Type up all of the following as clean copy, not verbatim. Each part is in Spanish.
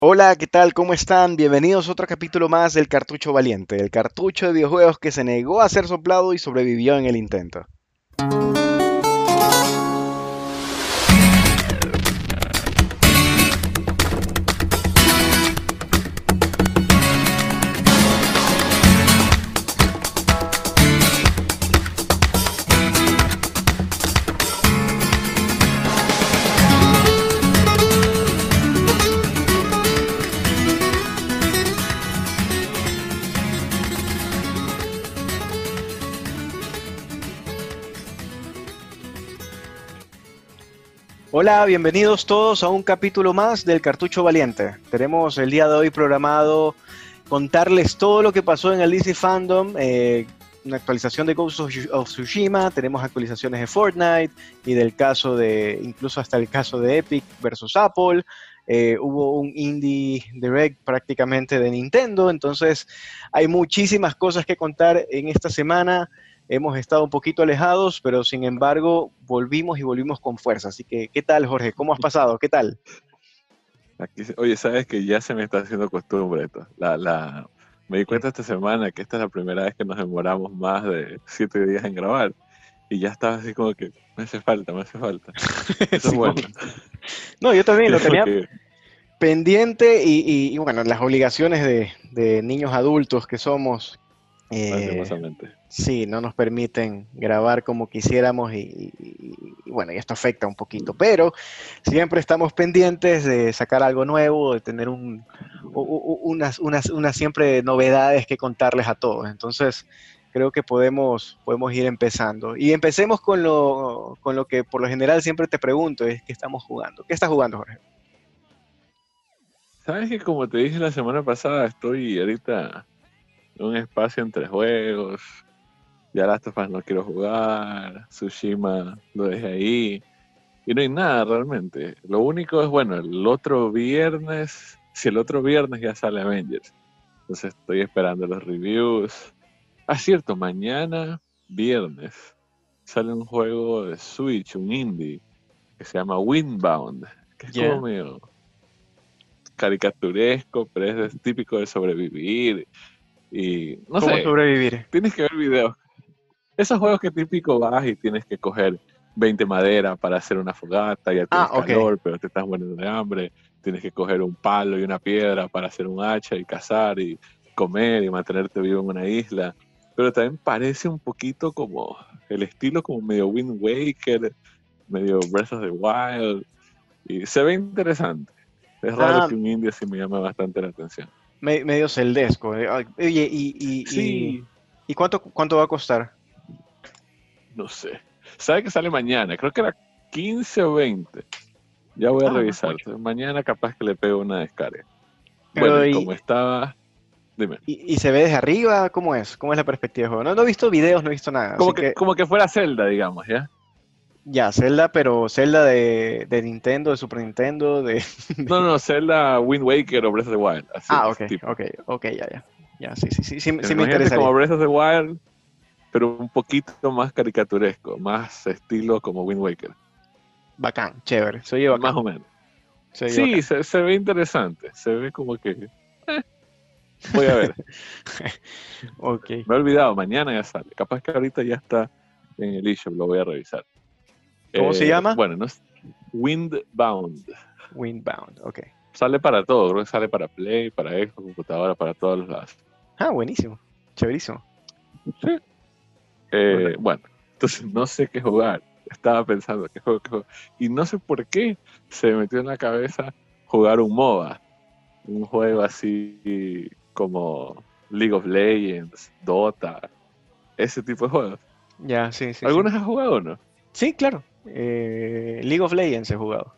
Hola, ¿qué tal? ¿Cómo están? Bienvenidos a otro capítulo más del Cartucho Valiente, el cartucho de videojuegos que se negó a ser soplado y sobrevivió en el intento. Hola, bienvenidos todos a un capítulo más del Cartucho Valiente. Tenemos el día de hoy programado contarles todo lo que pasó en el DC Fandom, una actualización de Ghost of Tsushima, tenemos actualizaciones de Fortnite y del caso de, incluso hasta el caso de Epic versus Apple. Hubo un Indie Direct prácticamente de Nintendo, entonces hay muchísimas cosas que contar en esta semana. Hemos estado un poquito alejados, pero sin embargo volvimos y volvimos con fuerza. Así que, ¿qué tal, Jorge? ¿Cómo has pasado? ¿Qué tal? Oye, sabes que ya se me está haciendo costumbre esto. Me di ¿Qué? cuenta esta semana que esta es la primera vez que nos demoramos más de 7 días en grabar. Y ya estaba así como que me hace falta, me hace falta. Eso es Simón. bueno. No, yo también Y lo es como tenía que, pendiente y bueno, las obligaciones de niños adultos que somos, eh, lastimosamente. sí, no nos permiten grabar como quisiéramos y bueno, y esto afecta un poquito, pero siempre estamos pendientes de sacar algo nuevo, de tener unas siempre novedades que contarles a todos. Entonces, creo que podemos ir empezando. Y empecemos con lo que por lo general siempre te pregunto, es qué estamos jugando. ¿Qué estás jugando, Jorge? Sabes que como te dije la semana pasada, estoy ahorita en un espacio entre juegos. Ya Last of Us no quiero jugar. Tsushima lo dejé ahí. Y no hay nada realmente. Lo único es, bueno, el otro viernes, si el otro viernes ya sale Avengers. Entonces estoy esperando los reviews. Ah, cierto, mañana, viernes, sale un juego de Switch, un indie, que se llama Windbound, que es como Ya. medio caricaturesco, pero es típico de sobrevivir. Y no ¿Cómo sé, sobrevivir? tienes que ver videos. Esos juegos que típico vas y tienes que coger 20 madera para hacer una fogata, ya Ah, tienes ok. calor, pero te estás muriendo de hambre. Tienes que coger un palo y una piedra para hacer un hacha y cazar y comer y mantenerte vivo en una isla. Pero también parece un poquito como el estilo como medio Wind Waker, medio Breath of the Wild. Y se ve interesante. Es raro Ah, que un indie así me llame bastante la atención. medio celdesco. Ay, oye, Sí, ¿y cuánto va a costar? no sé. Sabe que sale mañana, creo que era 15 o 20. Ya voy a Ah, no es revisar. mucho. Mañana capaz que le pego una descarga. Bueno, Pero, y como estaba, dime. y se ve desde arriba? ¿Cómo es? ¿Cómo es la perspectiva del juego? No, no he visto videos, no he visto nada. Así que, Como que fuera Zelda, digamos, ¿ya? ya, Zelda, pero Zelda de Nintendo, de Super Nintendo, de... No, no, Zelda, Wind Waker o Breath of the Wild, así Ah, de ok, ese tipo. ok, ok, ya, ya. Ya, sí, sí, sí, sí, sí me Imagínate como interesaría. Breath of the Wild, pero un poquito más caricaturesco, más estilo como Wind Waker. Bacán, chévere, se oye Más bacán, o menos. se oye Sí, bacán. se ve interesante. Se ve como que voy a ver. Ok. Me he olvidado, mañana ya sale. Capaz que ahorita ya está en el eShop, lo voy a revisar. ¿Cómo se llama? Bueno, no es Windbound. Windbound, ok. Sale para todo, creo que sale para Play, para Xbox, computadora, para todos los lados. Ah, buenísimo, chéverísimo. Sí. Bueno, Bueno, entonces no sé qué jugar. Estaba pensando qué juego, qué juego. Y no sé por qué se me metió en la cabeza jugar un MOBA. Un juego así como League of Legends, Dota, ese tipo de juegos. ya, sí, sí, sí. ¿Algunas has jugado o no? Sí, claro. League of Legends he jugado.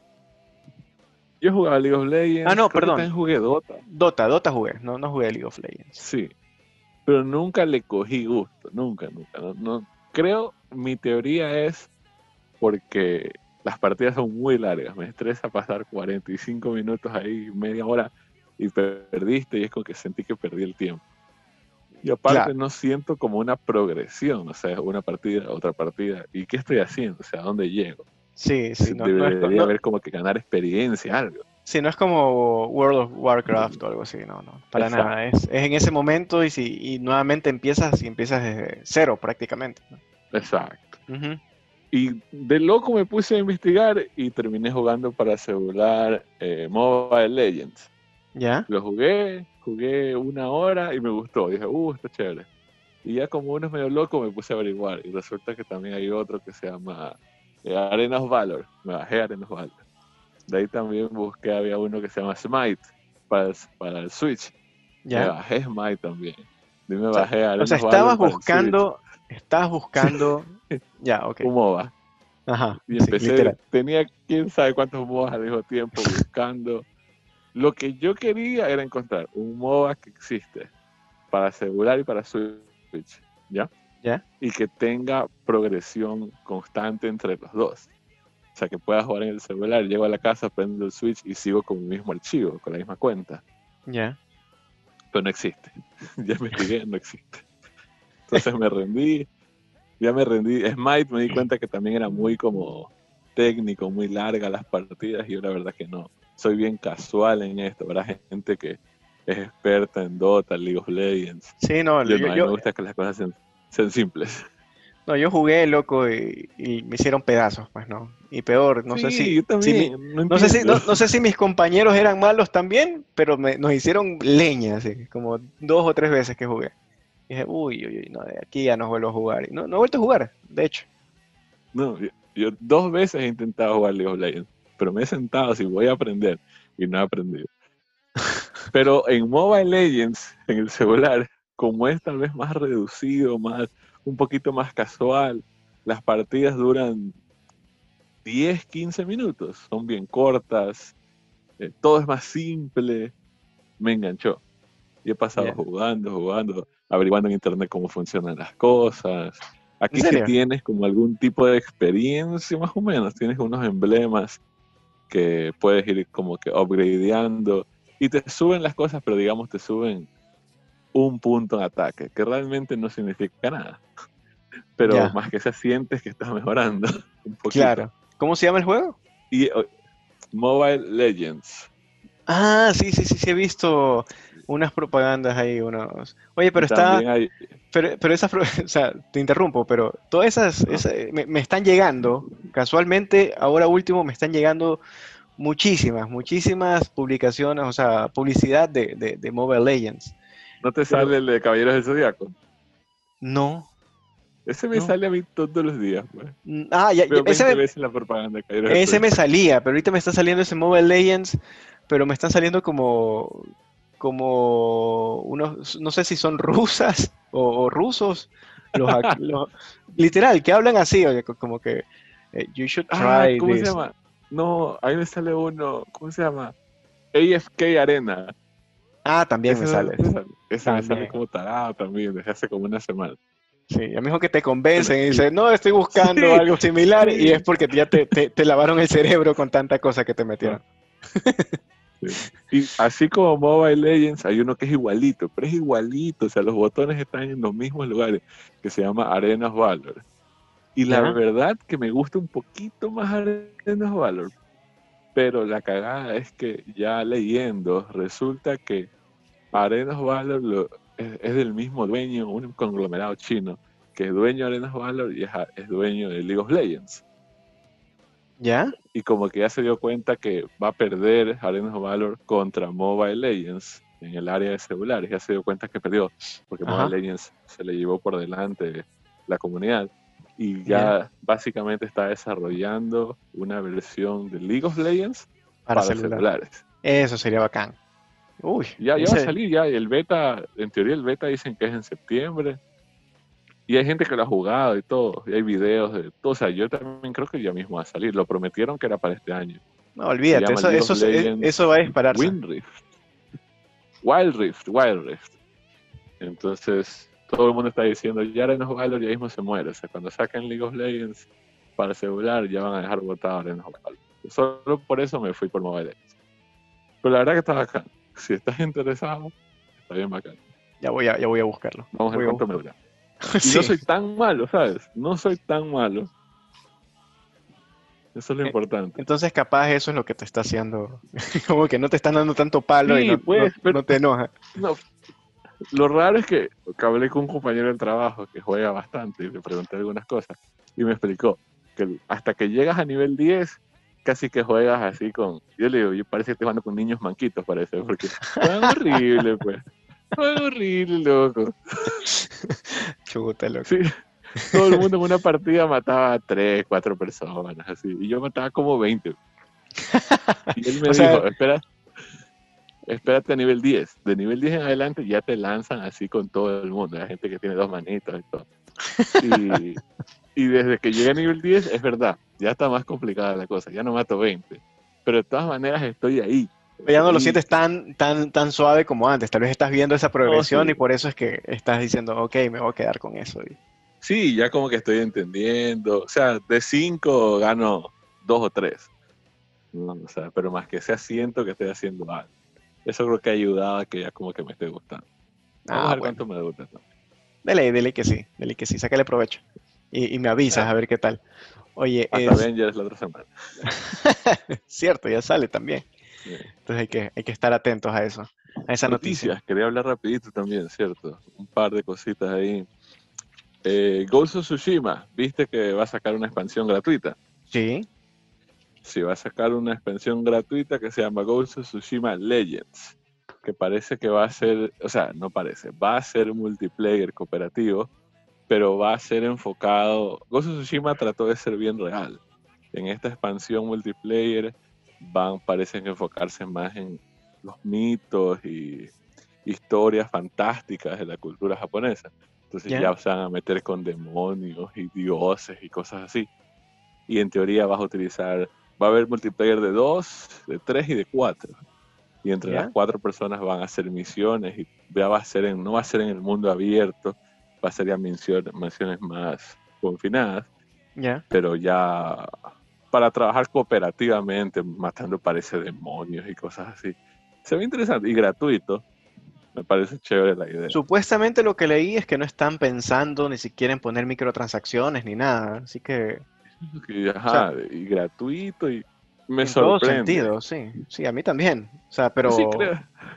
Yo he jugado League of Ah, Legends, no, creo que perdón. también jugué Dota. Dota jugué. No, no jugué League of Legends. Sí, pero nunca le cogí gusto, nunca, nunca. Creo, mi teoría es porque las partidas son muy largas. Me estresa pasar 45 minutos ahí, media hora, y perdiste, y es como que sentí que perdí el tiempo. Y aparte Claro. no siento como una progresión, o sea, una partida, otra partida. ¿Y qué estoy haciendo? O sea, ¿a dónde llego? Sí, sí, no, no es, Debería no, haber como que ganar experiencia, algo. Sí, no es como World of Warcraft o algo así, no, no, para Exacto, nada. Es en ese momento y nuevamente empiezas desde cero prácticamente, ¿no? exacto. Ujú. Y de loco me puse a investigar y terminé jugando para celular Mobile Legends. ¿Ya? Lo jugué una hora y me gustó. Dije, está chévere. Y ya como uno es medio loco me puse a averiguar. Y resulta que también hay otro que se llama Arena of Valor. Me bajé Arena of Valor. De ahí también busqué, había uno que se llama Smite para el Switch. Me ¿Ya? bajé Smite también. Y me O sea, bajé o sea, Arena of Valor para el Switch. estabas buscando, ya, ok, Un MOBA. ajá, Y sí, empecé, literal. tenía quién sabe cuántos MOBAs al mismo tiempo buscando. Lo que yo quería era encontrar un MOBA que existe para celular y para Switch, ¿ya? ¿Ya? Y que tenga progresión constante entre los dos. O sea, que pueda jugar en el celular, llego a la casa, prendo el Switch y sigo con mi mismo archivo, con la misma cuenta. ¿Ya? Pero no existe. Ya investigué, no existe. Entonces ya me rendí. Smite me di cuenta que también era muy como técnico, muy larga las partidas y yo la verdad que no. Soy bien casual en esto, ¿verdad? Gente que es experta en Dota, League of Legends. Sí, no, Yo no, a mí me gusta que las cosas sean simples. no, yo jugué, loco, y me hicieron pedazos, pues, ¿no? Y peor, no sé Sí, yo también, no entiendo. no sé si mis compañeros eran malos también, pero nos hicieron leña, así, como 2 o 3 veces que jugué. Y dije, uy, uy, uy, no, de aquí ya no vuelvo a jugar. Y no, no he vuelto a jugar, de hecho. No, yo 2 veces he intentado jugar League of Legends, pero me he sentado así, voy a aprender y no he aprendido. Pero en Mobile Legends, en el celular, como es tal vez más reducido, un poquito más casual, las partidas duran 10, 15 minutos, son bien cortas, todo es más simple, me enganchó. Y he pasado Ya. jugando, averiguando en internet cómo funcionan las cosas. ¿En Aquí sí serio? tienes como algún tipo de experiencia más o menos, tienes unos emblemas que puedes ir como que upgradeando y te suben las cosas, pero digamos te suben un punto en ataque, que realmente no significa nada, pero Ya, más que sea sientes que estás mejorando un poquito. claro. ¿Cómo se llama el juego? Y Mobile Legends, Ah, sí, sí, sí, sí, he visto unas propagandas ahí, unos... Oye, y pero está... también hay, Pero esas, o sea, te interrumpo, pero todas ¿no? me están llegando, casualmente, ahora último me están llegando muchísimas publicaciones, o sea, publicidad de Mobile Legends. ¿No te Pero sale el de Caballeros del Zodiaco? no, Ese me no. sale a mí todos los días, pues. Veo Ese, 20 veces la propaganda de Caballeros del ese me Zodiaco. salía, pero ahorita me está saliendo ese Mobile Legends, pero me están saliendo como unos, no sé si son rusas o rusos, literal, que hablan así, oye, como que you should Ah, try ¿cómo se this. llama? No, ahí me sale uno, ¿cómo se llama? AFK Arena. Ah, también me Ese, sale. ese me sale También. como tarado también, desde hace como una semana. Sí, a mí mismo que te Bueno, convencen y y, dicen, no, estoy buscando sí, algo similar y es sí. porque ya te lavaron el cerebro con tanta cosa que te No, metieron. sí. Y así como Mobile Legends, hay uno que es igualito, pero es igualito, o sea, los botones están en los mismos lugares, que se llama Arenas Valor. Y la ¿Ya? verdad que me gusta un poquito más Arenas Valor, pero la cagada es que ya leyendo, resulta que Arenas Valor es del mismo dueño, un conglomerado chino, que es dueño de Arenas Valor y es dueño de League of Legends. ¿Ya? Y como que ya se dio cuenta que va a perder Arenas Valor contra Mobile Legends en el área de celulares. Ya se dio cuenta que perdió, porque Ajá. Mobile Legends se le llevó por delante la comunidad. Y ¿Ya? ya básicamente está desarrollando una versión de League of Legends Para para celular. celulares. Eso sería bacán. Uy, Ya va a ese. salir, ya el beta, en teoría el beta dicen que es en septiembre. Y hay gente que lo ha jugado y todo, y hay videos de todo. O sea, yo también creo que ya mismo va a salir. Lo prometieron que era para este año. No, Se olvídate, llama League of eso Legends va a dispararse. Wind Rift. Wild Rift. Entonces, todo el mundo está diciendo, ya Arenas Valor ya mismo se muere. O sea, cuando saquen League of Legends para celular, ya van a dejar botado Arenas Valor. Solo por eso me fui por Mobile Legends. Pero la verdad que está bacán. Si estás interesado, está bien bacán. Ya voy a buscarlo. Vamos a ver Voy a cuánto me buscarlo. dura. Y no Sí, soy tan malo, ¿sabes? No soy tan malo. Eso es lo Eh, importante. Entonces capaz eso es lo que te está haciendo, como que no te están dando tanto palo y Sí, pues, pero no te enoja. no, lo raro es que hablé con un compañero del trabajo que juega bastante y le pregunté algunas cosas y me explicó que hasta que llegas a nivel 10 casi que juegas así con... Yo le digo, yo parece que estoy jugando con niños manquitos, parece, porque juegan horrible, pues. Juegan horrible, loco. Chuta, loco. Sí, todo el mundo en una partida mataba a 3, 4 personas, así. Y yo mataba como 20. Y él me O sea, dijo, espérate a nivel 10. De nivel 10 en adelante ya te lanzan así con todo el mundo. Hay gente que tiene 2 manitos y todo. Y, y desde que llegué a nivel 10, es verdad, ya está más complicada la cosa. Ya no mato 20. Pero de todas maneras estoy ahí. ya Estoy no lo ahí. sientes tan suave como antes. Tal vez estás viendo esa No, progresión y sí. por eso es que estás diciendo, ok, me voy a quedar con eso. Sí, ya como que estoy entendiendo. O sea, de 5 gano 2 o 3. No, o sea, pero más que sea siento que estoy haciendo algo. Eso creo que ha ayudado a que ya como que me esté gustando. Vamos Ah, a ver bueno. cuánto me gusta, ¿no? Dele que sí, sácale provecho. Y me avisas a Claro, ver qué tal. Oye, hasta Avengers la otra semana. cierto, ya sale también. Eh, Entonces hay que estar atentos a eso, a esa noticia. Noticias, quería hablar rapidito también, ¿cierto? Un par de cositas ahí. Ghost of Tsushima, viste que va a sacar una expansión gratuita. Sí, Sí, va a sacar una expansión gratuita que se llama Ghost of Tsushima Legends, que parece que va a ser, o sea, no parece, va a ser multiplayer cooperativo, pero va a ser enfocado. Ghost of Tsushima trató de ser bien real. En esta expansión multiplayer parecen enfocarse más en los mitos y historias fantásticas de la cultura japonesa. Entonces ya, ya se van a meter con demonios y dioses y cosas así. Y en teoría vas a utilizar, va a haber multiplayer de 2, de 3 y de 4. Y entre las ya, 4 personas van a hacer misiones y ya va a ser no va a ser en el mundo abierto, va a ser ya misiones más confinadas, ya. pero ya para trabajar cooperativamente, matando parece demonios y cosas así. Se ve interesante y gratuito. Me parece chévere la idea. Supuestamente lo que leí es que no están pensando ni siquiera en poner microtransacciones ni nada. Así que, Y, o sea, ajá, y gratuito y me en todo sorprende. sentido, sí. Sí, a mí también. O sea, Yo sí pero, creo,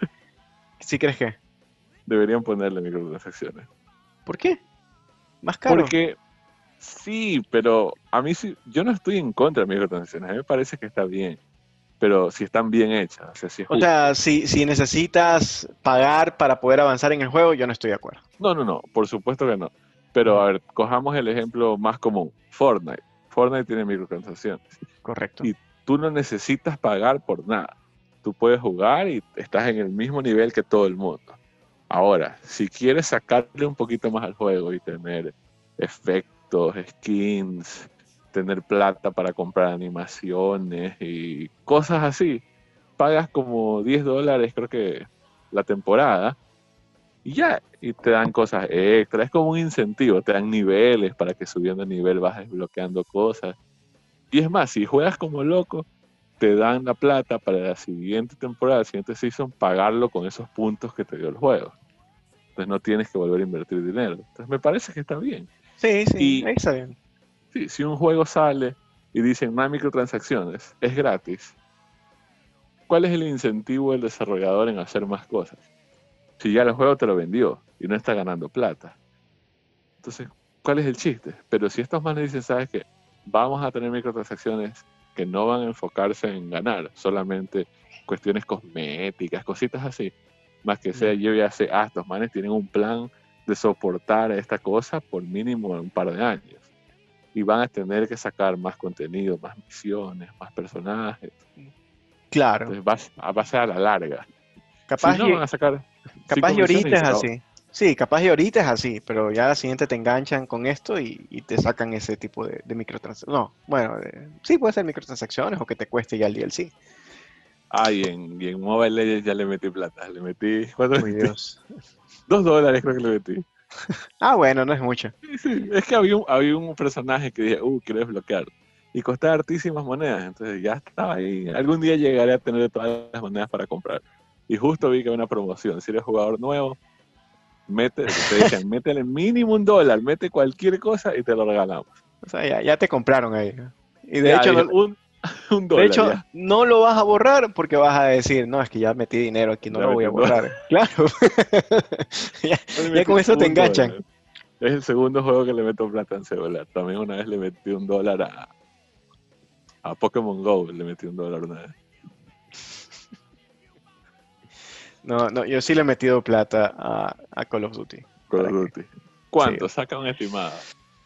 ¿sí crees que? deberían ponerle microtransacciones. ¿Por qué? Más caro. Porque sí, pero a mí sí, yo no estoy en contra de microtransacciones, a mí me parece que está bien, pero si están bien hechas, o sea, si es O sea, justo. si necesitas pagar para poder avanzar en el juego, yo no estoy de acuerdo. No, no, no, por supuesto que no. Pero Ujú, a ver, cojamos el ejemplo más común, Fortnite. Fortnite tiene microtransacciones correcto. y tú no necesitas pagar por nada. Tú puedes jugar y estás en el mismo nivel que todo el mundo. Ahora, si quieres sacarle un poquito más al juego y tener efectos, skins, tener plata para comprar animaciones y cosas así, pagas como $10, creo que la temporada, y ya, y te dan cosas extra. Es como un incentivo, te dan niveles para que subiendo de nivel vas desbloqueando cosas. Y es más, si juegas como loco, te dan la plata para la siguiente temporada, la siguiente season, pagarlo con esos puntos que te dio el juego. Entonces no tienes que volver a invertir dinero. Entonces me parece que está bien. Sí, sí, Y ahí está bien. sí, si un juego sale y dicen no hay microtransacciones, es gratis, ¿cuál es el incentivo del desarrollador en hacer más cosas? Si ya el juego te lo vendió y no está ganando plata. Entonces, ¿cuál es el chiste? Pero si estos manes dicen, ¿sabes qué? Vamos a tener microtransacciones que no van a enfocarse en ganar, solamente cuestiones cosméticas, cositas así, más que sea Ya. yo ya sé, estos manes tienen un plan de soportar esta cosa por mínimo un par de años. Y van a tener que sacar más contenido, más misiones, más personajes. Claro. Entonces va a ser a la larga. Si Capaz no, van y, a sacar capaz 5 y misiones ahorita y es se acabó. así. Sí, capaz y ahorita es así, pero ya la siguiente te enganchan con esto y te sacan ese tipo de microtransacciones. No, bueno, sí puede ser microtransacciones o que te cueste ya el DLC. Y en Mobile Legends ya le metí plata. Le metí, ¿cuánto le Uy, metí? Dios. $2 creo que le metí. Ah, bueno, no es mucho. Sí, sí. Es que había un personaje que dije, quiero desbloquear. Y costaba hartísimas monedas. Entonces ya estaba ahí. Algún día llegaré a tener todas las monedas para comprar. Y justo vi que había una promoción. Si eres jugador nuevo, te decían, métele mínimo $1, mete cualquier cosa y te lo regalamos. O sea, ya te compraron ahí, ¿no? Y de Ya, hecho, dije, no, un de dólar hecho, ya. no lo vas a borrar porque vas a decir, no, es que ya metí dinero aquí, no Ya lo voy metí a un dólar. borrar. Claro, ya, Le ya metí con eso te un enganchan. dólar. Es el segundo juego que le meto plata en celular. También una vez le metí un dólar a Pokémon Go. Le metí un dólar una vez. No, no, yo sí le he metido plata a Call of Duty. Call of ¿Para qué? Duty. Sí. ¿Cuánto? Saca un estimado.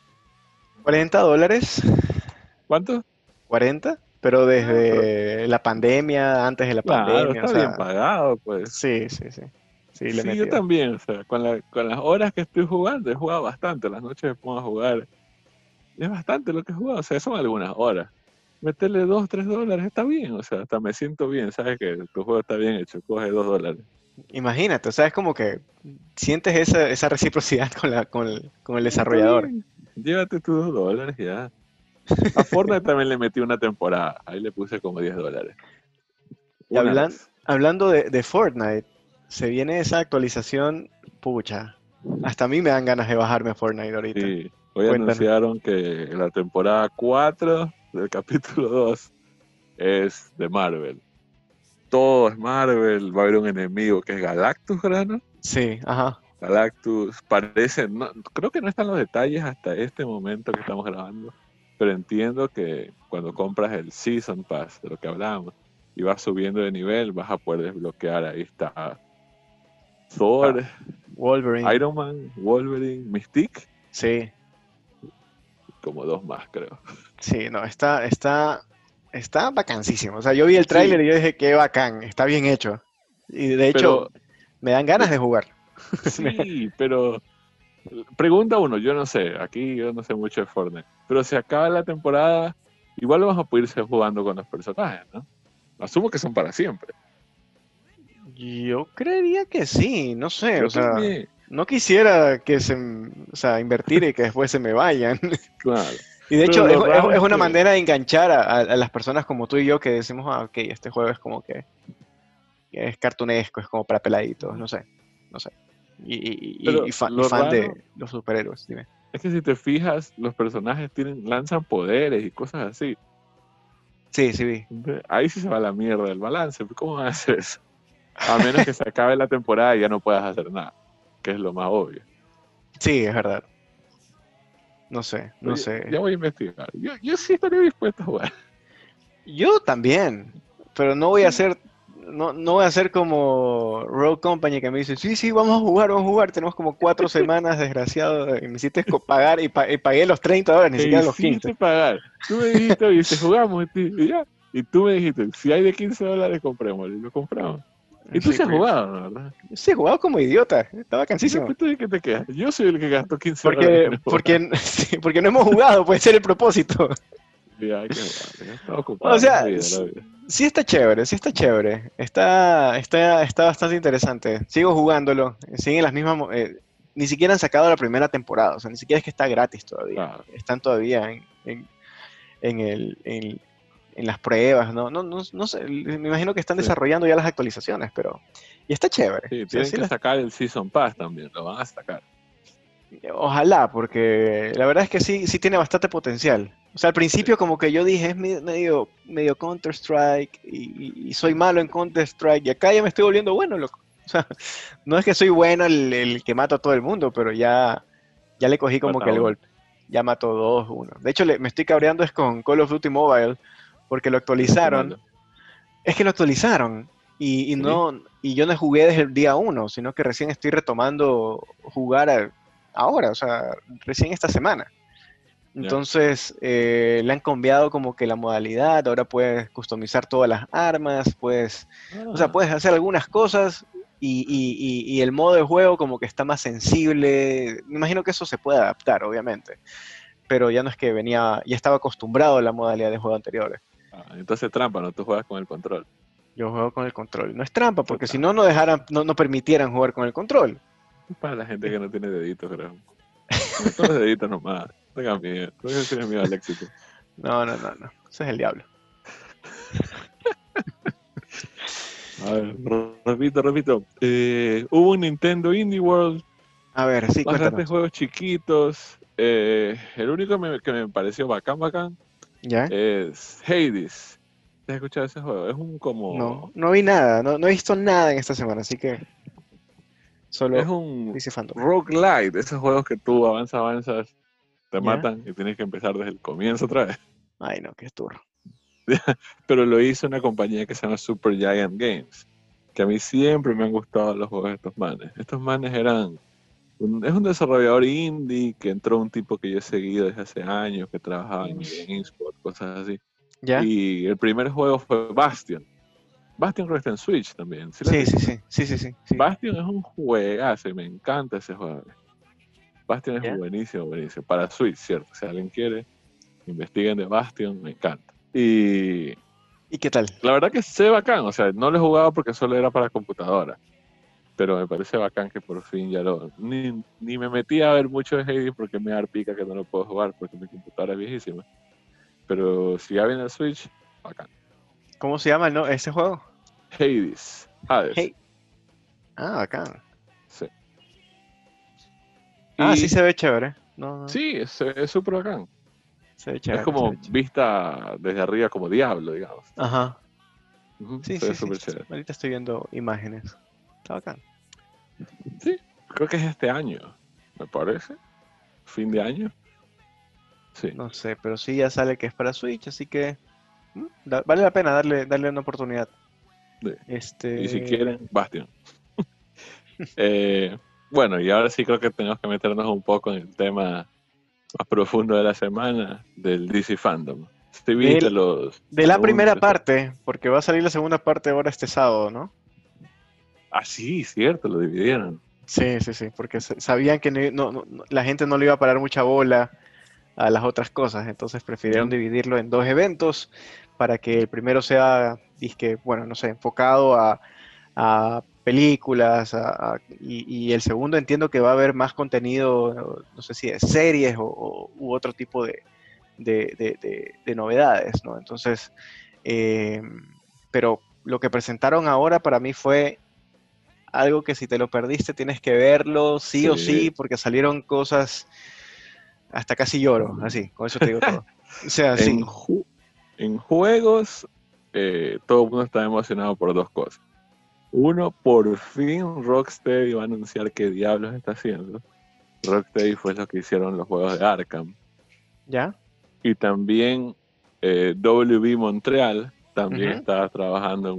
$40, ¿Cuánto? 40, pero Ah, pero desde la pandemia, antes de la claro, pandemia, o está bien sea, pagado, pues. sí, sí, sí. Sí, le he Sí, yo metido. también. O sea, con las horas que estoy jugando, he jugado bastante. Las noches me pongo a jugar. Y es bastante lo que he jugado. O sea, son algunas horas. Meterle $2, $3 está bien. O sea, hasta me siento bien. Sabes que tu juego está bien hecho. Coge $2. Imagínate, o sea, es como que sientes esa reciprocidad con el Está desarrollador. bien. Llévate tus $2 ya. A Fortnite también le metí una temporada. Ahí le puse como $10. Y Una vez. hablando de Fortnite, se viene esa actualización, pucha. Hasta a mí me dan ganas de bajarme a Fortnite ahorita. Sí. Hoy Cuéntanos. anunciaron que la temporada 4 del capítulo 2 es de Marvel. Todo es Marvel. Va a haber un enemigo que es Galactus, ¿verdad? ¿No? Sí, ajá. Galactus parece, creo que no están los detalles hasta este momento que estamos grabando, pero entiendo que cuando compras el Season Pass, de lo que hablábamos, y vas subiendo de nivel, vas a poder desbloquear, ahí está Ah, Thor, Wolverine. Iron Man, Wolverine, Mystique, Sí, como dos más creo. sí, no, está bacanísimo. O sea, yo vi el tráiler Sí, y yo dije, qué bacán, está bien hecho. Y de hecho, pero me dan ganas de jugar. sí, pero pregunta uno, yo no sé, aquí yo no sé mucho de Fortnite, pero si acaba la temporada, igual vamos a poder ir jugando con los personajes, ¿no? Asumo que son para siempre. Yo creería que sí, no sé, o Yo sea, también, no quisiera o sea, invertir y que después se me vayan. claro. Y de Pero hecho, lo raro es es una que manera de enganchar a las personas como tú y yo que decimos, ah, ok, este juego es como que es cartunesco, es como para peladitos, no sé, no sé. pero Y lo fan raro de los superhéroes, dime. es que si te fijas, los personajes lanzan poderes y cosas así. Sí, sí vi. Entonces, ahí sí se va la mierda el balance. ¿Cómo van a hacer eso? A menos que se acabe la temporada y ya no puedas hacer nada, que es lo más obvio. Sí, es verdad. No sé, no Oye, sé. ya voy a investigar. Yo sí estaría dispuesto a jugar. Yo también, pero no voy a hacer, no voy a hacer como Rogue Company que me dice, sí, sí, vamos a jugar, tenemos como 4 semanas, desgraciado, y me hiciste pagar y pagué los $30, ni Me siquiera los 15. hiciste pagar. Tú me dijiste, oye, si jugamos, y ya. Y tú me dijiste, si hay de $15, comprémoslo. Y lo compramos. Y tú Sí, sí has pues, jugado, ¿no? ¿Verdad? sí, he jugado como idiota, estaba Ya, cansísimo. pues tú de qué te quedas. Yo soy el que gastó $15 Porque, en el juego. porque, sí, porque no hemos jugado, puede ser el propósito. Ya, hay que jugar. Ya está O ocupado. La sea, vida, la vida. sí está chévere, sí está chévere. Está bastante interesante. Sigo jugándolo. Siguen las mismas. Ni siquiera han sacado la primera temporada. O sea, ni siquiera es que está gratis todavía. Claro. Están todavía en en las pruebas, ¿no? No sé. Me imagino que están Sí. desarrollando ya las actualizaciones, pero. Y está chévere. Sí, O sea, tienen que sacar el Season Pass también. Lo van a sacar. ojalá, porque la verdad es que sí, sí tiene bastante potencial. O sea, al Sí. principio como que yo dije, es medio Counter-Strike y soy malo en Counter-Strike y acá ya me estoy volviendo bueno, loco. O sea, no es que soy bueno el que mato a todo el mundo, pero ya le cogí como Mata que a el uno. golpe. Ya mató dos, uno. De hecho, me estoy cabreando es con Call of Duty Mobile, porque lo Ese está actualizaron. malo. Es que lo actualizaron Sí. y yo no jugué desde el día uno, sino que recién estoy retomando jugar ahora, o sea, recién esta semana. Ya. Entonces, le han cambiado como que la modalidad, ahora puedes customizar todas las armas, o sea, Ah, puedes hacer algunas cosas y el modo de juego como que está más sensible. Me imagino que eso se puede adaptar, obviamente, pero ya no es que ya estaba acostumbrado a la modalidad de juego anteriores. entonces trampa, no tú juegas con el control. Yo juego con el control. No es trampa, Eso es porque si no, trampa. no permitieran jugar con el control. Es para la gente que no tiene deditos, creo. Con los deditos nomás. Tengan miedo. No tienes miedo al éxito. No. Ese es el diablo. A ver, repito. Hubo un Nintendo Indie World, A ver, sí, bastantes cuéntanos. juegos chiquitos. El único que me pareció bacán ¿Ya? es Hades. ¿Te has escuchado ese juego? Es un No, como... no vi nada, no, no he visto nada en esta semana, así que Es solo un dice Fandom. roguelite, esos juegos que tú avanzas, te ¿Ya? matan y tienes que empezar desde el comienzo otra vez. Ay, no, qué tour. Pero lo hizo una compañía que se llama Super Giant Games, que a mí siempre me han gustado los juegos de estos manes. Estos manes es un desarrollador indie que entró un tipo que yo he seguido desde hace años, que trabajaba en GameSpot, cosas así. ¿Ya? Y el primer juego fue Bastion. Bastion creo que está en Switch también, ¿sí lo has Sí, sí, visto? sí, sí, sí, sí, sí. Bastion es un juegazo y me encanta ese juego. Bastion es ¿Ya? buenísimo, buenísimo. Para Switch, cierto. Si alguien quiere, investiguen de Bastion, me encanta. Y ¿Y qué tal? la verdad que sé bacán, o sea, no lo he jugado porque solo era para computadora, pero me parece bacán que por fin ya lo... Ni me metí a ver mucho de Hades porque me da pica que no lo puedo jugar porque mi computadora es viejísima. Pero si ya viene el Switch, bacán. ¿Cómo se llama ese juego? Hades, Hey. Ah, acá. sí. Ah, sí Y se ve chévere. No, no, sí, es súper bacán. se ve Es chévere, se como ve chévere. vista desde arriba como Diablo, digamos. Ajá. Ujú, Sí, se ve sí, sí. súper chévere. Ahorita estoy viendo imágenes. Está bacán. Sí, creo que es este año, me parece. Fin de año. Sí. No sé, pero sí ya sale que es para Switch, así que vale la pena darle una oportunidad. Sí. Y si Este, quieren, Bastion. Eh, bueno, y ahora sí creo que tenemos que meternos un poco en el tema más profundo de la semana, del DC Fandom. Si viste del, los de la primera anuncios. parte, porque va a salir la segunda parte ahora este sábado, ¿no? Ah, sí, cierto, lo dividieron. Sí, sí, sí, porque sabían que la gente no le iba a parar mucha bola a las otras cosas, entonces prefirieron Ujú. dividirlo en dos eventos para que el primero sea, disque, bueno, no sé, enfocado a películas, y el segundo entiendo que va a haber más contenido, no sé si de series u otro tipo de novedades, ¿no? Entonces, eh, pero lo que presentaron ahora para mí fue algo que si te lo perdiste tienes que verlo sí o sí, Sí. porque salieron cosas, hasta casi lloro, así, con eso te digo todo. O sea, En, sí. ju- en juegos, todo el mundo está emocionado por dos cosas. Uno, por fin Rocksteady va a anunciar qué diablos está haciendo. Rocksteady fue lo que hicieron los juegos de Arkham. ¿Ya? Y también WB Montreal también Ujú. estaba trabajando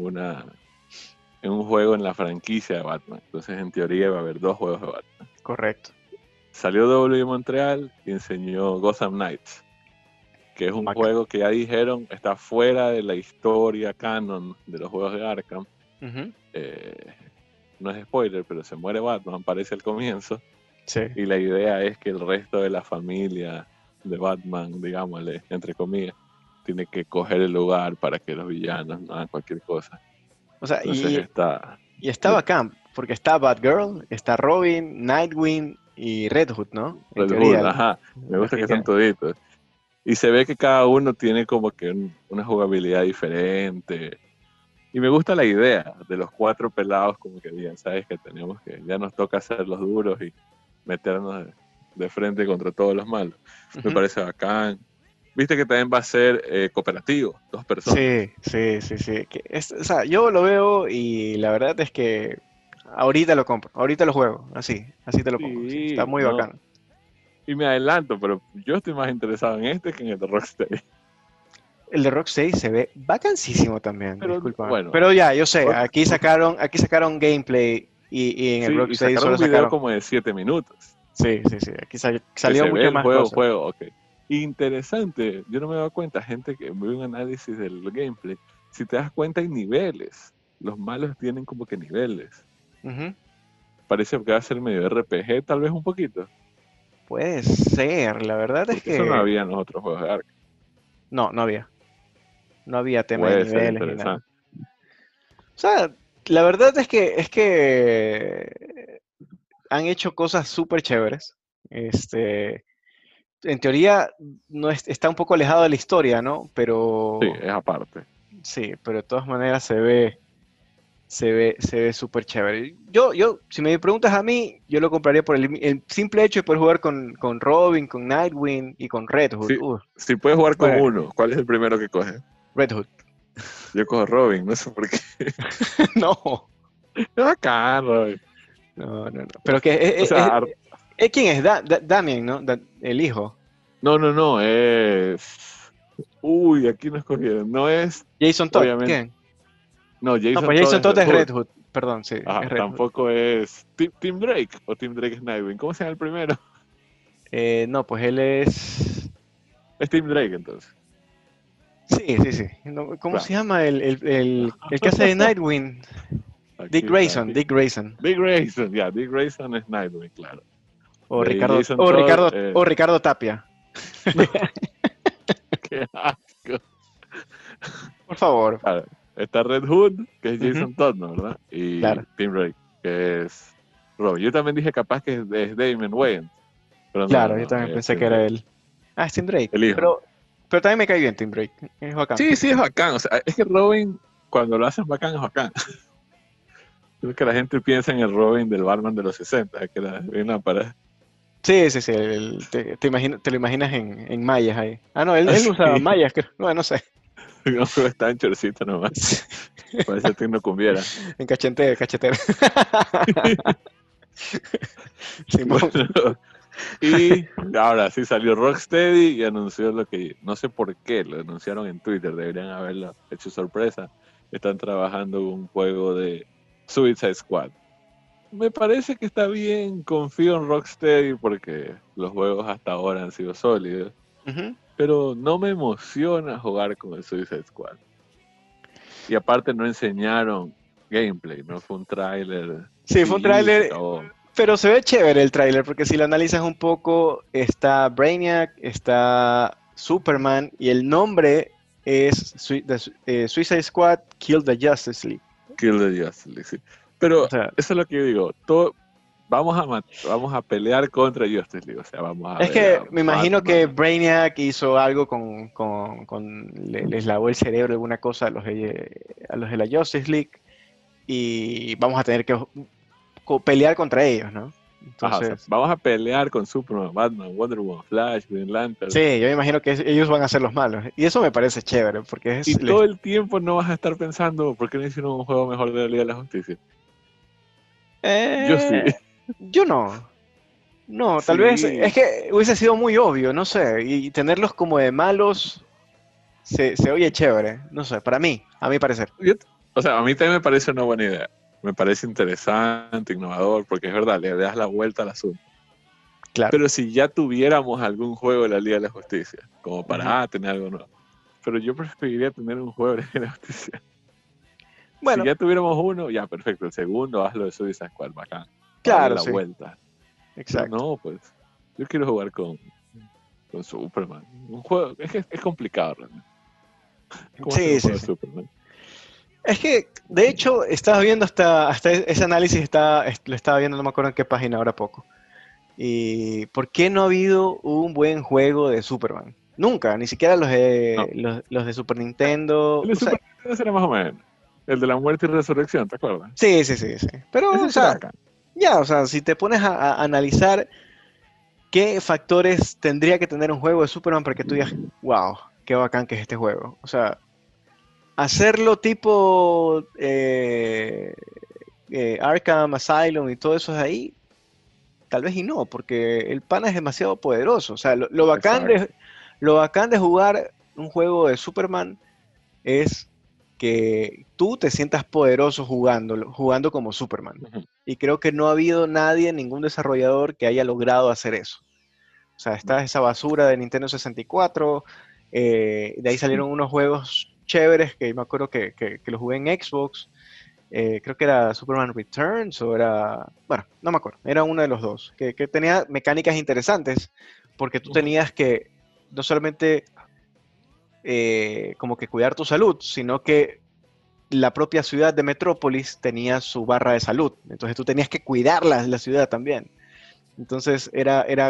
en un juego en la franquicia de Batman. Entonces, en teoría, va a haber dos juegos de Batman. Correcto. Salió WB Montreal y enseñó Gotham Knights, que es un Bacán. juego que ya dijeron está fuera de la historia canon de los juegos de Arkham. Ujú. Eh, no es spoiler, pero se muere Batman, aparece al comienzo. Sí. Y la idea es que el resto de la familia de Batman, digámosle, entre comillas, tiene que coger el lugar para que los villanos no hagan cualquier cosa. O sea, Entonces está y está de bacán, porque está Batgirl, está Robin, Nightwing y Red Hood, ¿no? En Red Hood, teoría, ajá, me las gusta que que son quedan. toditos. Y se ve que cada uno tiene como que una jugabilidad diferente. Y me gusta la idea de los cuatro pelados, como que bien, sabes que tenemos que, ya nos toca hacer los duros y meternos de frente contra todos los malos. Me Ujú. parece bacán. Viste que también va a ser cooperativo, dos personas. Sí, sí, sí, sí. O sea, yo lo veo y la verdad es que ahorita lo compro, ahorita lo juego, así, así te lo pongo. Sí, está Sí, muy no. bacán. Y me adelanto, pero yo estoy más interesado en este que en el de Rocksteady. El de Rocksteady se ve bacanísimo también, Pero disculpa. bueno, Pero ya, yo sé, Rock, aquí sacaron gameplay y en el sí, y Rocksteady sacaron solo un video sacaron. como de 7 minutos. Sí, sí, sí, aquí Que salió se ve muchas el más juego, cosas. juego, ok. Interesante, yo no me he dado cuenta, gente que ve un análisis del gameplay, si te das cuenta hay niveles, los malos tienen como que niveles, Ujú. parece que va a ser medio RPG tal vez un poquito, Puede ser, la verdad es porque eso no que había en los otros juegos de Ark, no, no había tema de puede ser niveles ni nada. interesante. O sea, la verdad es que han hecho cosas súper chéveres. Este, en teoría no está un poco alejado de la historia, ¿no? Sí, Pero es aparte. sí, pero de todas maneras Se ve súper chévere. Si me preguntas a mí, yo lo compraría por el simple hecho de poder jugar con Robin, con Nightwing y con Red Hood. Si puedes jugar con Bueno, uno, ¿cuál es el primero que coges? Red Hood. Yo cojo Robin, no sé por qué. No, Es bacán, Robin. no. Pero que O sea, ¿quién es? Damien, ¿no? El hijo. no, es... Uy, aquí no escogieron. No es, Jason Todd, obviamente... ¿quién? No, No, Jason pues Todd Jason es Todd Red es Hood. Red Hood. Perdón, sí, Ajá, es Red Hood. tampoco es Tim Drake, o Tim Drake es Nightwing. ¿Cómo se llama el primero? No, pues él es... Es Tim Drake, entonces. Sí. No, ¿cómo Va, se llama el que hace de Nightwing? aquí está. Dick Grayson. Dick Grayson, ya, Dick Grayson es Nightwing, claro. O De ahí Ricardo, Jason Todd, o Ricardo Tapia. no, qué asco. Por favor. Claro, está Red Hood, que es Ujú, Jason Todd, ¿no? ¿Verdad? Y claro, Tim Drake, que es Robin. Yo también dije capaz que es Damon Wayans, pero claro, yo no, también es pensé Tim que era Drake, él. Ah, es Tim Drake. el hijo. Pero también me cae bien Tim Drake. Es bacán. Sí, es bacán. O sea, es que Robin, cuando lo hacen bacán, es bacán. Creo que la gente piensa en el Robin del Batman de los 60, que era bien lámpara. Sí. Te lo imaginas en mallas ahí. Ah, no, él Así, usaba mallas, creo. Bueno, no sé. no está en chorcito nomás. Parece que no cumbiera. En cachetera. Simón. Bueno, y ahora sí salió Rocksteady y anunció lo que, no sé por qué, lo anunciaron en Twitter, deberían haberlo hecho sorpresa. Están trabajando en un juego de Suicide Squad. Me parece que está bien, confío en Rocksteady porque los juegos hasta ahora han sido sólidos, Ujú. pero no me emociona jugar con el Suicide Squad. Y aparte no enseñaron gameplay, no fue un tráiler Sí, fue un CG y se tráiler, acabó. pero se ve chévere el tráiler, porque si lo analizas un poco, está Brainiac, está Superman, y el nombre es Suicide Squad Kill the Justice League. Kill the Justice League, sí. O Pero sea, eso es lo que yo digo. Vamos a pelear contra Justice League. O sea, vamos a es ver que a me imagino que Batman. Brainiac hizo algo les lavó el cerebro alguna cosa a los de la Justice League, y vamos a tener que pelear contra ellos, ¿no? Ajá, o sea, Entonces, vamos a pelear con Superman, Batman, Wonder Woman, Flash, Green Lantern. sí, yo me imagino que ellos van a ser los malos. Y eso me parece chévere, porque Y todo el tiempo no vas a estar pensando, ¿por qué no hicieron un juego mejor de la Liga de la Justicia? Yo sí. Eh, yo no. No, tal vez es Sí. que hubiese sido muy obvio, no sé. Y tenerlos como de malos se oye chévere. No sé, a mi parecer. O sea, a mí también me parece una buena idea. Me parece interesante, innovador, porque es verdad, le das la vuelta al asunto. Claro. Pero si ya tuviéramos algún juego de la Liga de la Justicia, como Ujú. para tener algo nuevo. Pero yo preferiría tener un juego de la Liga de la Justicia. Si Bueno, ya tuviéramos uno, ya perfecto. El segundo, hazlo de Suicide Squad, bacán. Para darle claro, la sí. vuelta. Pero Exacto. no, pues. Yo quiero jugar con Superman. Un juego, es que es complicado realmente. ¿Cómo hacer un Sí. juego de Superman? Es que, de hecho, estaba viendo hasta ese análisis, lo estaba viendo, no me acuerdo en qué página ahora poco. ¿Y por qué no ha habido un buen juego de Superman? Nunca, ni siquiera No. los de Super Nintendo. El de O sea, Super Nintendo será más o menos. El de la muerte y resurrección, ¿te acuerdas? sí. Pero, o Ese será sea, bacán. ya, o sea, si te pones a analizar qué factores tendría que tener un juego de Superman para que tú digas, wow, qué bacán que es este juego. O sea, hacerlo tipo Arkham Asylum y todo eso de ahí, tal vez y no, porque el pana es demasiado poderoso. O sea, Exacto. lo bacán de jugar un juego de Superman es que tú te sientas poderoso jugando como Superman. Ujú. Y creo que no ha habido nadie, ningún desarrollador que haya logrado hacer eso. O sea, No. está esa basura de Nintendo 64, de ahí Sí. salieron unos juegos chéveres que me acuerdo que los jugué en Xbox. Creo que era Superman Returns o era, bueno, no me acuerdo, era uno de los dos, que tenía mecánicas interesantes, porque tú Ujú. tenías que no solamente como que cuidar tu salud, sino que la propia ciudad de Metrópolis tenía su barra de salud, entonces tú tenías que cuidar la ciudad también. Entonces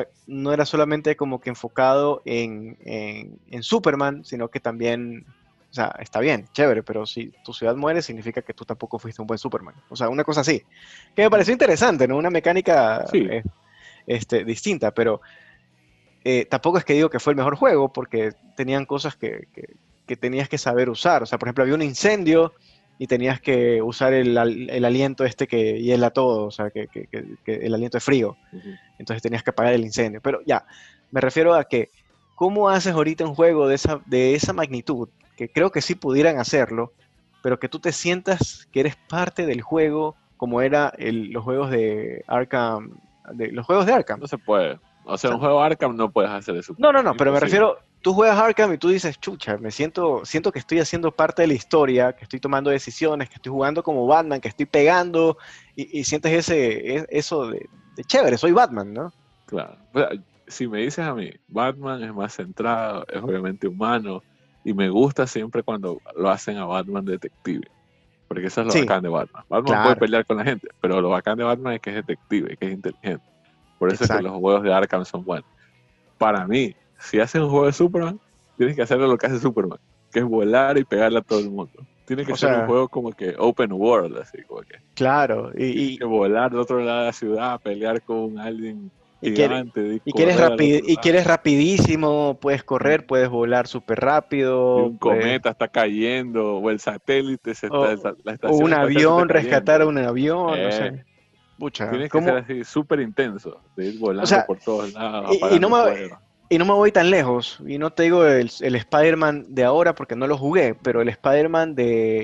no era solamente como que enfocado en Superman, sino que también O sea, está bien, chévere, pero si tu ciudad muere, significa que tú tampoco fuiste un buen Superman. O sea, una cosa así. Que me pareció interesante, ¿no? Una mecánica Sí, distinta, pero tampoco es que digo que fue el mejor juego, porque tenían cosas que tenías que saber usar. O sea, por ejemplo, había un incendio y tenías que usar el aliento este que hiela todo, o sea, que el aliento es frío. ujú. Entonces tenías que apagar el incendio. Pero ya, me refiero a que, ¿cómo haces ahorita un juego de esa magnitud? Que creo que sí pudieran hacerlo, pero que tú te sientas que eres parte del juego, como era los juegos de Arkham, los juegos de Arkham. No se puede. O O sea, en sea, un juego Arkham no puedes hacer eso. no, no, no, pero me Imposible. refiero, tú juegas Arkham y tú dices, chucha, siento que estoy haciendo parte de la historia, que estoy tomando decisiones, que estoy jugando como Batman, que estoy pegando, y sientes eso de chévere, soy Batman, ¿no? Claro. O sea, si me dices a mí, Batman es más centrado, es obviamente humano, y me gusta siempre cuando lo hacen a Batman detective. Porque eso es lo Sí, bacán de Batman. Batman puede claro, pelear con la gente, pero lo bacán de Batman es que es detective, que es inteligente. Por eso es que los exacto. juegos de Arkham son buenos. Para mí, si haces un juego de Superman, tienes que hacerlo lo que hace Superman, que es volar y pegarle a todo el mundo. Tiene que O ser un sea, juego como que open world, así como que claro, tienes que volar del otro lado de la ciudad, pelear con un alien y, quiere- gigante, y y quieres correr al otro y quieres lado. rapidísimo, puedes Mm. correr, puedes volar súper Y rápido, un cometa está cayendo, o el satélite se está, o, la o estación un espacial se está avión, rescatar a cayendo. un avión, o Eh, sea, pucha, Tiene que ser ¿cómo? así, súper intenso, de ir O volando sea, por todos lados, y no apagando me, fuego. y no me voy tan lejos, y no te digo el Spider-Man de ahora porque no lo jugué, pero el Spider-Man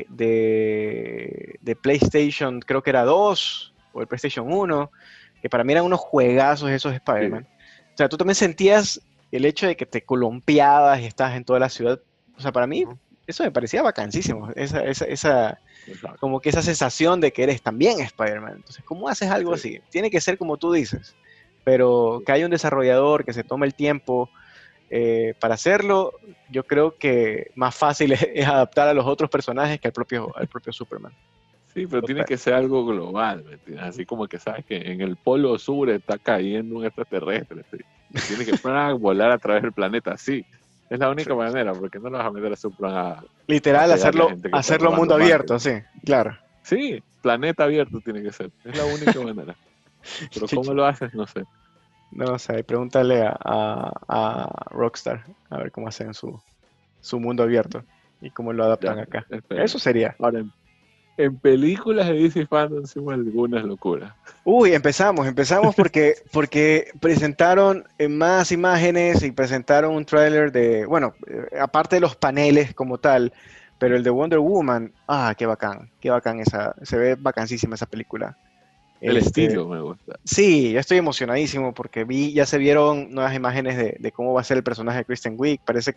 de PlayStation, creo que era 2 o el PlayStation 1, que para mí eran unos juegazos esos Sí, Spider-Man. O sea, tú también sentías el hecho de que te columpiabas y estabas en toda la ciudad. O sea, para mí ujú, eso me parecía bacanísimo, exacto. como que esa sensación de que eres también Spider-Man. Entonces, ¿cómo haces algo Sí, así? Tiene que ser como tú dices, pero que haya un desarrollador que se tome el tiempo para hacerlo, yo creo que más fácil es adaptar a los otros personajes que al propio Superman. sí, pero tiene Total. que ser algo global, ¿me entiendes? Así como que sabes que en el polo sur está cayendo un extraterrestre, ¿sí? Y tiene que volar a través del planeta, sí. Es la Sí. única manera, porque no lo vas a meter a Superman a Literal, pegarle a hacerlo, gente que está hacerlo robando mundo bancos. abierto, sí, claro. Sí, planeta abierto tiene que ser. Es la única manera. Pero ¿cómo lo haces? No sé. No, o sea, pregúntale a Rockstar a ver cómo hacen su mundo abierto y cómo lo adaptan Ya, acá. espera. Eso sería. Ahora, en películas de DC Fandom hicimos algunas locuras. Uy, empezamos porque presentaron más imágenes y presentaron un tráiler bueno, aparte de los paneles como tal, pero el de Wonder Woman, qué bacán se ve bacanísima esa película. El Este, estilo me gusta. sí, ya estoy emocionadísimo porque ya se vieron nuevas imágenes de cómo va a ser el personaje de Kristen Wiig, parece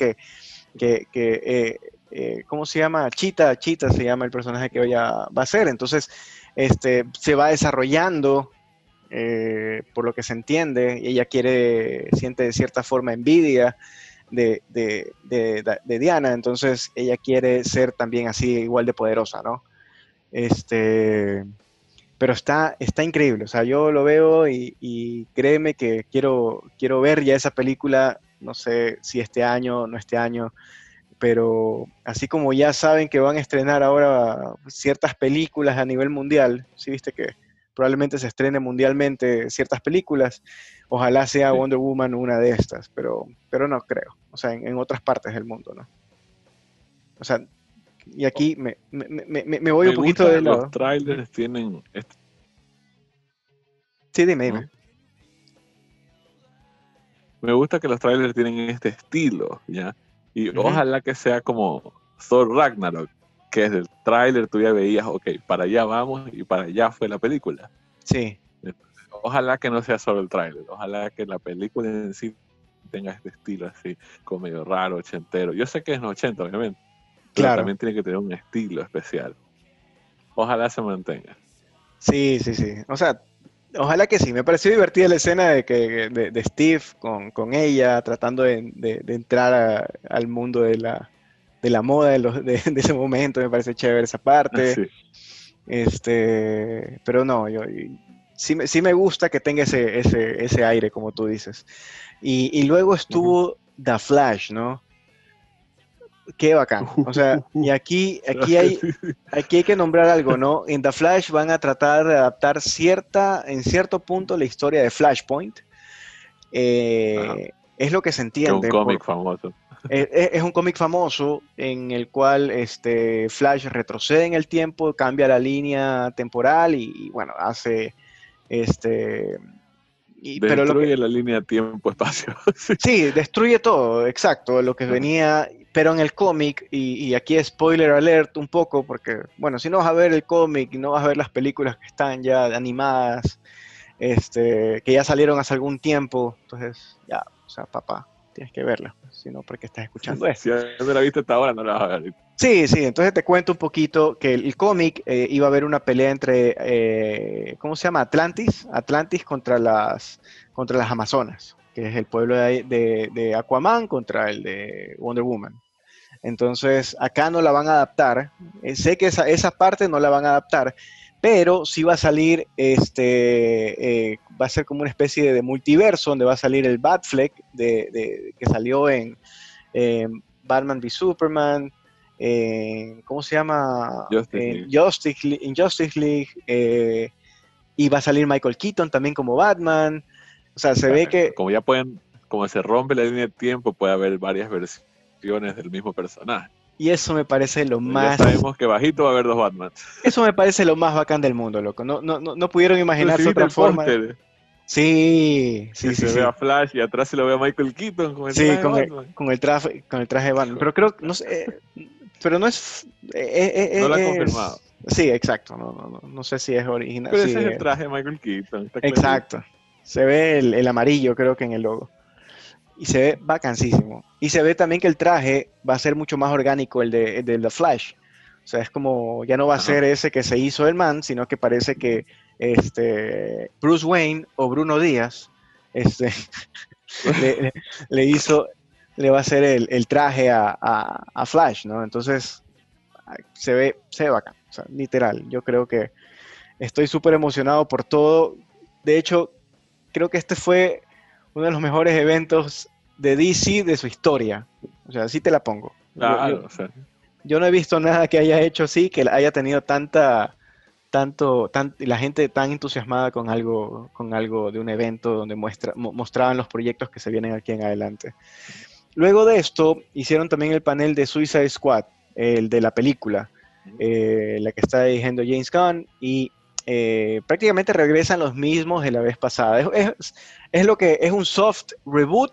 ¿cómo se llama? Cheetah se llama el personaje que ella va a ser, entonces, se va desarrollando, por lo que se entiende, y ella siente de cierta forma envidia de Diana, entonces ella quiere ser también así igual de poderosa, ¿no? Este, pero está increíble, o sea, yo lo veo y créeme que quiero ver ya esa película, no sé si este año, no este año, pero así como ya saben que van a estrenar ahora ciertas películas a nivel mundial, sí viste que probablemente se estrene mundialmente ciertas películas, ojalá sea Sí. Wonder Woman una de estas, pero no creo, o sea, en otras partes del mundo, ¿no? O sea, y aquí me voy un Me poquito gusta, de los lado. trailers tienen, Sí, dime. ¿no? Me gusta que los trailers tienen este estilo, ¿ya? Y Ujú. ojalá que sea como Thor Ragnarok, que desde el trailer tú ya veías, ok, para allá vamos y para allá fue la película. Sí, Ojalá que no sea solo el trailer, ojalá que la película en sí tenga este estilo así, como medio raro, ochentero. Yo sé que es 80, obviamente, pero claro. también tiene que tener un estilo especial. Ojalá se mantenga. Sí, sí, sí. O sea, ojalá que sí. Me pareció divertida la escena de Steve con ella tratando de entrar al mundo de la moda de ese momento. Me parece chévere esa parte. Así. Pero no, sí me gusta que tenga ese aire, como tú dices. Y luego Ujú. estuvo The Flash, ¿no? qué bacán. O sea, y aquí hay que nombrar algo, ¿no? En The Flash van a tratar de adaptar en cierto punto la historia de Flashpoint. Ajá. Es lo que se Que es un entiende. cómic famoso. Es un cómic famoso en el cual Flash retrocede en el tiempo, cambia la línea temporal y bueno, hace este. Pero lo que, Destruye la línea tiempo-espacio. Sí. sí, destruye todo, exacto, lo que Ajá. venía, pero en el cómic, y aquí spoiler alert un poco, porque, bueno, si no vas a ver el cómic y no vas a ver las películas que están ya animadas, que ya salieron hace algún tiempo, entonces, ya, o sea, papá, tienes que verlas, si no, porque estás escuchando Si esto. no la viste hasta ahora, no la vas a ver. Sí, sí, entonces te cuento un poquito que el cómic iba a haber una pelea entre, ¿cómo se llama? Atlantis contra las Amazonas, que es el pueblo de Aquaman contra el de Wonder Woman. Entonces, acá no la van a adaptar, sé que esa parte no la van a adaptar, pero sí va a salir, va a ser como una especie de multiverso, donde va a salir el Batfleck que salió en Batman v Superman, ¿cómo se llama? Justice League. En Justice League, y va a salir Michael Keaton también como Batman. O sea, se ve Exacto. que, Como se rompe la línea de tiempo, puede haber varias versiones del mismo personaje. y eso me parece Ya sabemos que bajito va a haber dos Batman. eso me parece lo más bacán del mundo, loco. No pudieron Pero si imaginarse viste otra el forma. póster, Sí, que sí, sí, se ve sí. a Flash y atrás se lo ve a Michael Keaton con el Sí, traje de Batman. con el traje de Batman. Pero creo, no sé, pero no es, No lo han confirmado. sí, exacto. No sé si es original. Pero Sí, ese es el traje de Michael Keaton, está clarito. exacto. Se ve el amarillo, creo que en el logo. Y se ve vacancísimo. Y se ve también que el traje va a ser mucho más orgánico, el de The Flash. O sea, es como, ya no va a Ajá. ser ese que se hizo el man, sino que parece que Bruce Wayne o Bruno Díaz este, le, le hizo, le va a hacer el traje a Flash, ¿no? Entonces, se ve bacán. O sea, literal, yo creo que estoy súper emocionado por todo. De hecho, creo que este fue uno de los mejores eventos de DC de su historia. O sea, así te la pongo. Claro, o sea, Yo no he visto nada que haya hecho así, que haya tenido la gente tan entusiasmada con algo de un evento donde mostraban los proyectos que se vienen aquí en adelante. Luego de esto, hicieron también el panel de Suicide Squad, el de la película, la que está dirigiendo James Gunn, y prácticamente regresan los mismos de la vez pasada. Es lo que es un soft reboot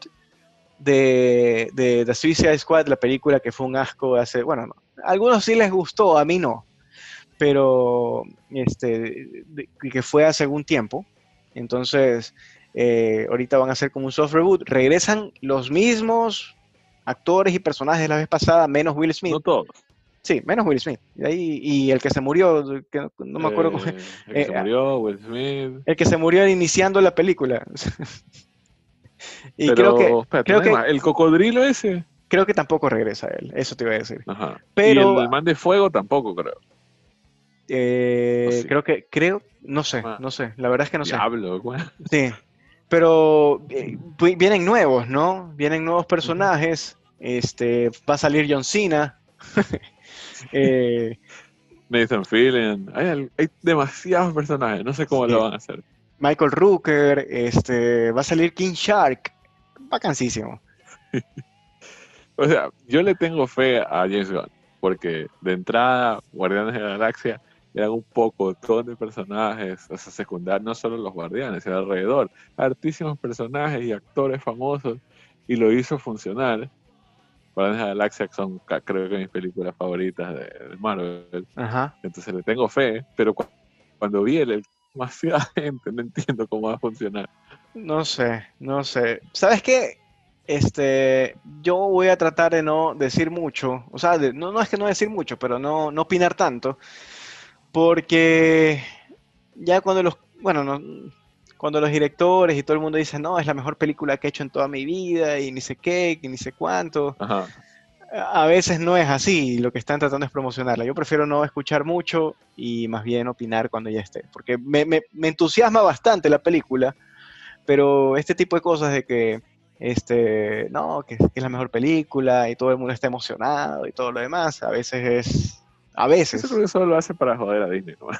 de The Suicide Squad, la película que fue un asco bueno, no, a algunos sí les gustó, a mí no, pero que fue hace algún tiempo. Entonces, ahorita van a hacer como un soft reboot. Regresan los mismos actores y personajes de la vez pasada, menos Will Smith. no todos. Sí, menos Will Smith. Y el que se murió, que no me acuerdo cómo. El que se murió, Will Smith. El que se murió iniciando la película. Y Pero, espérate, creo no hay que, más. El cocodrilo ese. creo que tampoco regresa él, eso te iba a decir. Ajá. Y Pero el man de fuego tampoco, creo. ¿O sí? no sé, la verdad es que no sé. Diablo, güey. Sí, pero vienen nuevos, ¿no? Vienen nuevos personajes. Va a salir John Cena. eh, Nathan Fillion. Hay demasiados personajes. No sé cómo lo sí, van a hacer. Michael Rooker. Va a salir King Shark. Vacancísimo. O sea, yo le tengo fe a James Gunn. Porque de entrada, Guardianes de la Galaxia eran un pocotón de personajes, o sea, secundarios, no solo los guardianes, sino alrededor. Hartísimos personajes y actores famosos. Y lo hizo funcionar. Guardianes de la Galaxia son, creo que mis películas favoritas de Marvel. Ajá. Entonces le tengo fe, pero cuando vi demasiada gente, no entiendo cómo va a funcionar. No sé. ¿Sabes qué? Yo voy a tratar de no decir mucho, o sea, no es que no decir mucho, pero no opinar tanto, porque ya bueno, cuando los directores y todo el mundo dice, no, es la mejor película que he hecho en toda mi vida, y ni sé qué, y ni sé cuánto, Ajá. a veces no es así, lo que están tratando es promocionarla. Yo prefiero no escuchar mucho y más bien opinar cuando ya esté, porque me entusiasma bastante la película, pero este tipo de cosas de que no, que es la mejor película y todo el mundo está emocionado y todo lo demás. A Eso creo veces, que solo lo hace para joder a Disney, ¿no?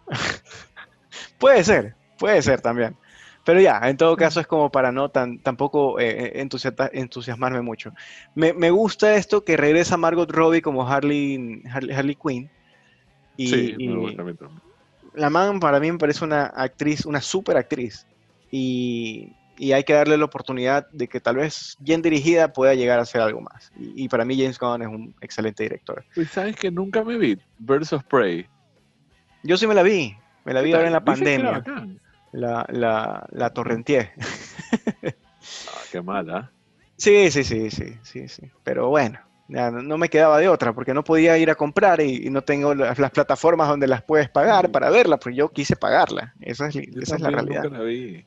puede ser también. Pero ya, en todo caso es como para no tampoco entusiasmarme mucho. Me gusta esto que regresa Margot Robbie como Harley Quinn. Sí, me Y, gusta a mí también. la man para mí me parece una actriz, una super actriz. Y hay que darle la oportunidad de que tal vez bien dirigida pueda llegar a hacer algo más. Y para mí James Gunn es un excelente director. Pues sabes que nunca me vi Birds of Prey. Yo sí me la ¿Qué vi ahora en tal? la Dicen que era pandemia, bacán. la torrenteé. Ah, qué mala. Sí. Pero bueno, ya no me quedaba de otra porque no podía ir a comprar y no tengo las plataformas donde las puedes pagar Sí, para verla, pues yo quise pagarla. yo Esa es la también nunca realidad. la vi.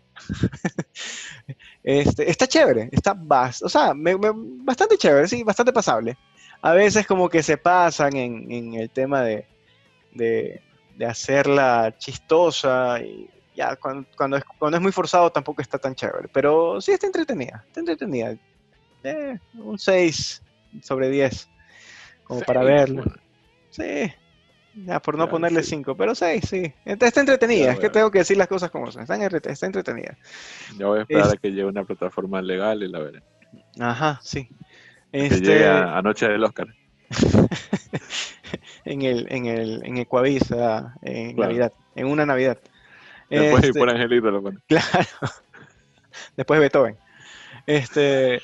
Está chévere, o sea, bastante chévere, sí, bastante pasable. A veces como que se pasan en el tema de, de hacerla chistosa y ya cuando es muy forzado tampoco está tan chévere, pero sí está entretenida. Un 6/10 como para Seis, verla. bueno, Sí, ya por no ya ponerle sí, 5 pero 6 sí. Está ya entretenida, lo es voy que a ver. tengo que decir las cosas como son, está entretenida. Ya voy a esperar Es, a que llegue una plataforma legal y la veré. ajá, sí. A que llegue Este, a Noche del Oscar. en Ecuavisa, en Claro. Navidad, en una Navidad. Después y Este, por Angelito lo pone. claro, después Beethoven. Este,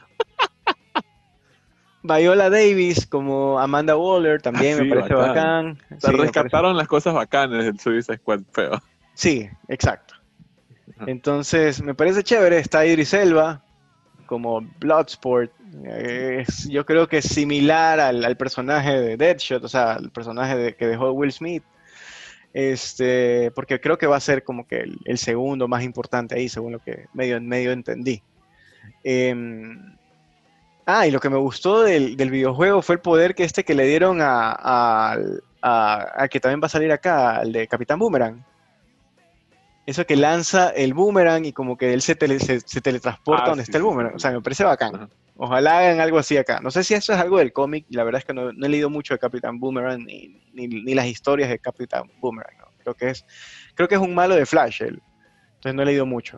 Viola Davis como Amanda Waller Ah, también me sí, parece bacán. bacán. O sea, Sí, me parece. rescataron las cosas bacanas del Suicide Squad feo. Sí, exacto. Ajá. Entonces, me parece chévere. Está Idris Elba como Bloodsport. Yo creo que es similar al personaje de Deadshot, o sea, el personaje que dejó Will Smith. Porque creo que va a ser como que el segundo más importante ahí, según lo que medio entendí. Em, y lo que me gustó del videojuego fue el poder que le dieron a que también va a salir acá, al de Capitán Boomerang. Eso que lanza el boomerang y como que él se teletransporta Ah, donde sí, está el sí, sí, boomerang. O sí, sea, me sí. parece bacán. Ajá. Ojalá hagan algo así acá. No sé si eso es algo del cómic, la verdad es que no he leído mucho de Capitán Boomerang ni las historias de Capitán Boomerang, ¿no? Creo que es un malo de Flash, él. Entonces no he leído mucho.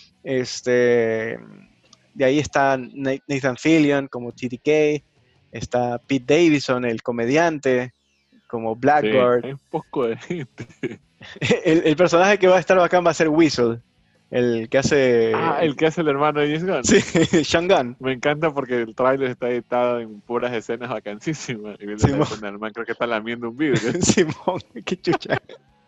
Este, de ahí está Nathan Fillion como TDK, está Pete Davidson, el comediante, como Sí, Blackguard. hay un poco de gente. El personaje que va a estar bacán va a ser Whistle, el que Ah, hace. el que hace el hermano de James Gunn. Sí, Shangan. Me encanta porque el tráiler está editado en puras escenas vacancísimas. Y viendo la Simón, escena del man, creo que está lamiendo un vidrio. Simón, qué chucha.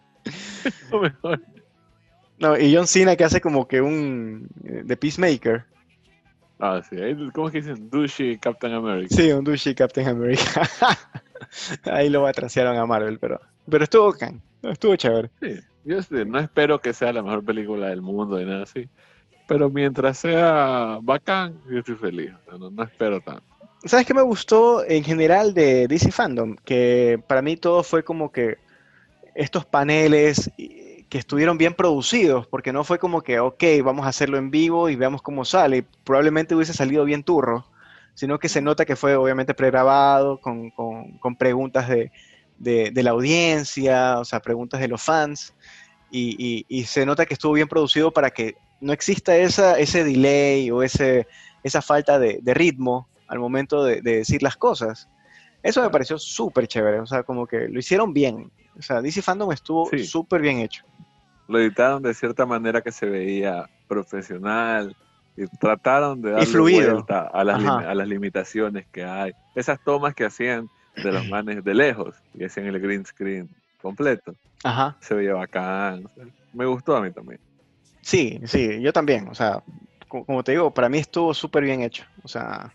Lo mejor. No, y John Cena que hace como que de Peacemaker. Ah, sí. ¿Cómo es que dicen? Douchey Captain America. Sí, un douchey Captain America. Ahí lo batracearon a Marvel, pero estuvo bacán, estuvo chévere. Sí. Yo sí, no espero que sea la mejor película del mundo y nada así. Pero mientras sea bacán, yo estoy feliz. O sea, no espero tanto. ¿Sabes qué me gustó en general de DC Fandom? Que para mí todo fue como que estos paneles que estuvieron bien producidos, porque no fue como que, ok, vamos a hacerlo en vivo y veamos cómo sale. Probablemente hubiese salido bien turro, sino que se nota que fue obviamente pregrabado, con preguntas de la audiencia, o sea, preguntas de los fans, y se nota que estuvo bien producido para que no exista ese delay o esa falta de ritmo al momento de decir las cosas. Eso me Claro. pareció súper chévere, o sea, como que lo hicieron bien. O sea, DC Fandom estuvo Sí, súper bien hecho. lo editaron de cierta manera que se veía profesional y trataron de Y darle fluido. vuelta Ajá, a las limitaciones que hay. Esas tomas que hacían de los manes de lejos y hacían el green screen completo. ajá. Se veía bacán. O sea, me gustó a mí también. Sí, yo también. O sea, como te digo, para mí estuvo súper bien hecho. O sea,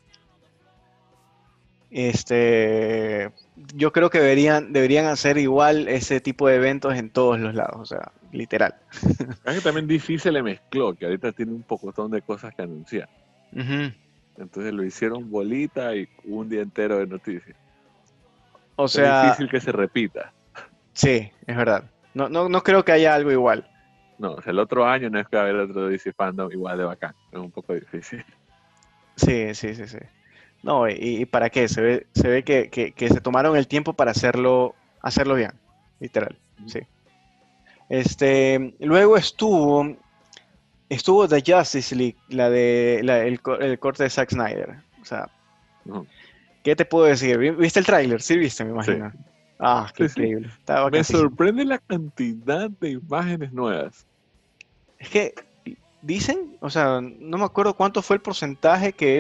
yo creo que deberían hacer igual ese tipo de eventos en todos los lados. O sea, literal. Es que también difícil le mezcló, que ahorita tiene un pocotón de cosas que anunciar. Ujú. Entonces lo hicieron bolita y un día entero de noticias. O Está sea, difícil que se repita. sí, es verdad. No creo que haya algo igual. No, o sea, el otro año no es que va a haber otro DC Fandom igual de bacán. Es un poco difícil. Sí, sí, sí, sí. No, y para qué, se ve que se tomaron el tiempo para hacerlo bien, literal, sí. Luego estuvo The Justice League, el corte de Zack Snyder. O sea, Ujú. ¿qué te puedo decir? ¿Viste el tráiler? Sí, viste, me Sí, imagino. Ah, qué sí, sí. increíble. Estaba Me vacancísimo. sorprende la cantidad de imágenes nuevas. Es que dicen, o sea, no me acuerdo cuánto fue el porcentaje que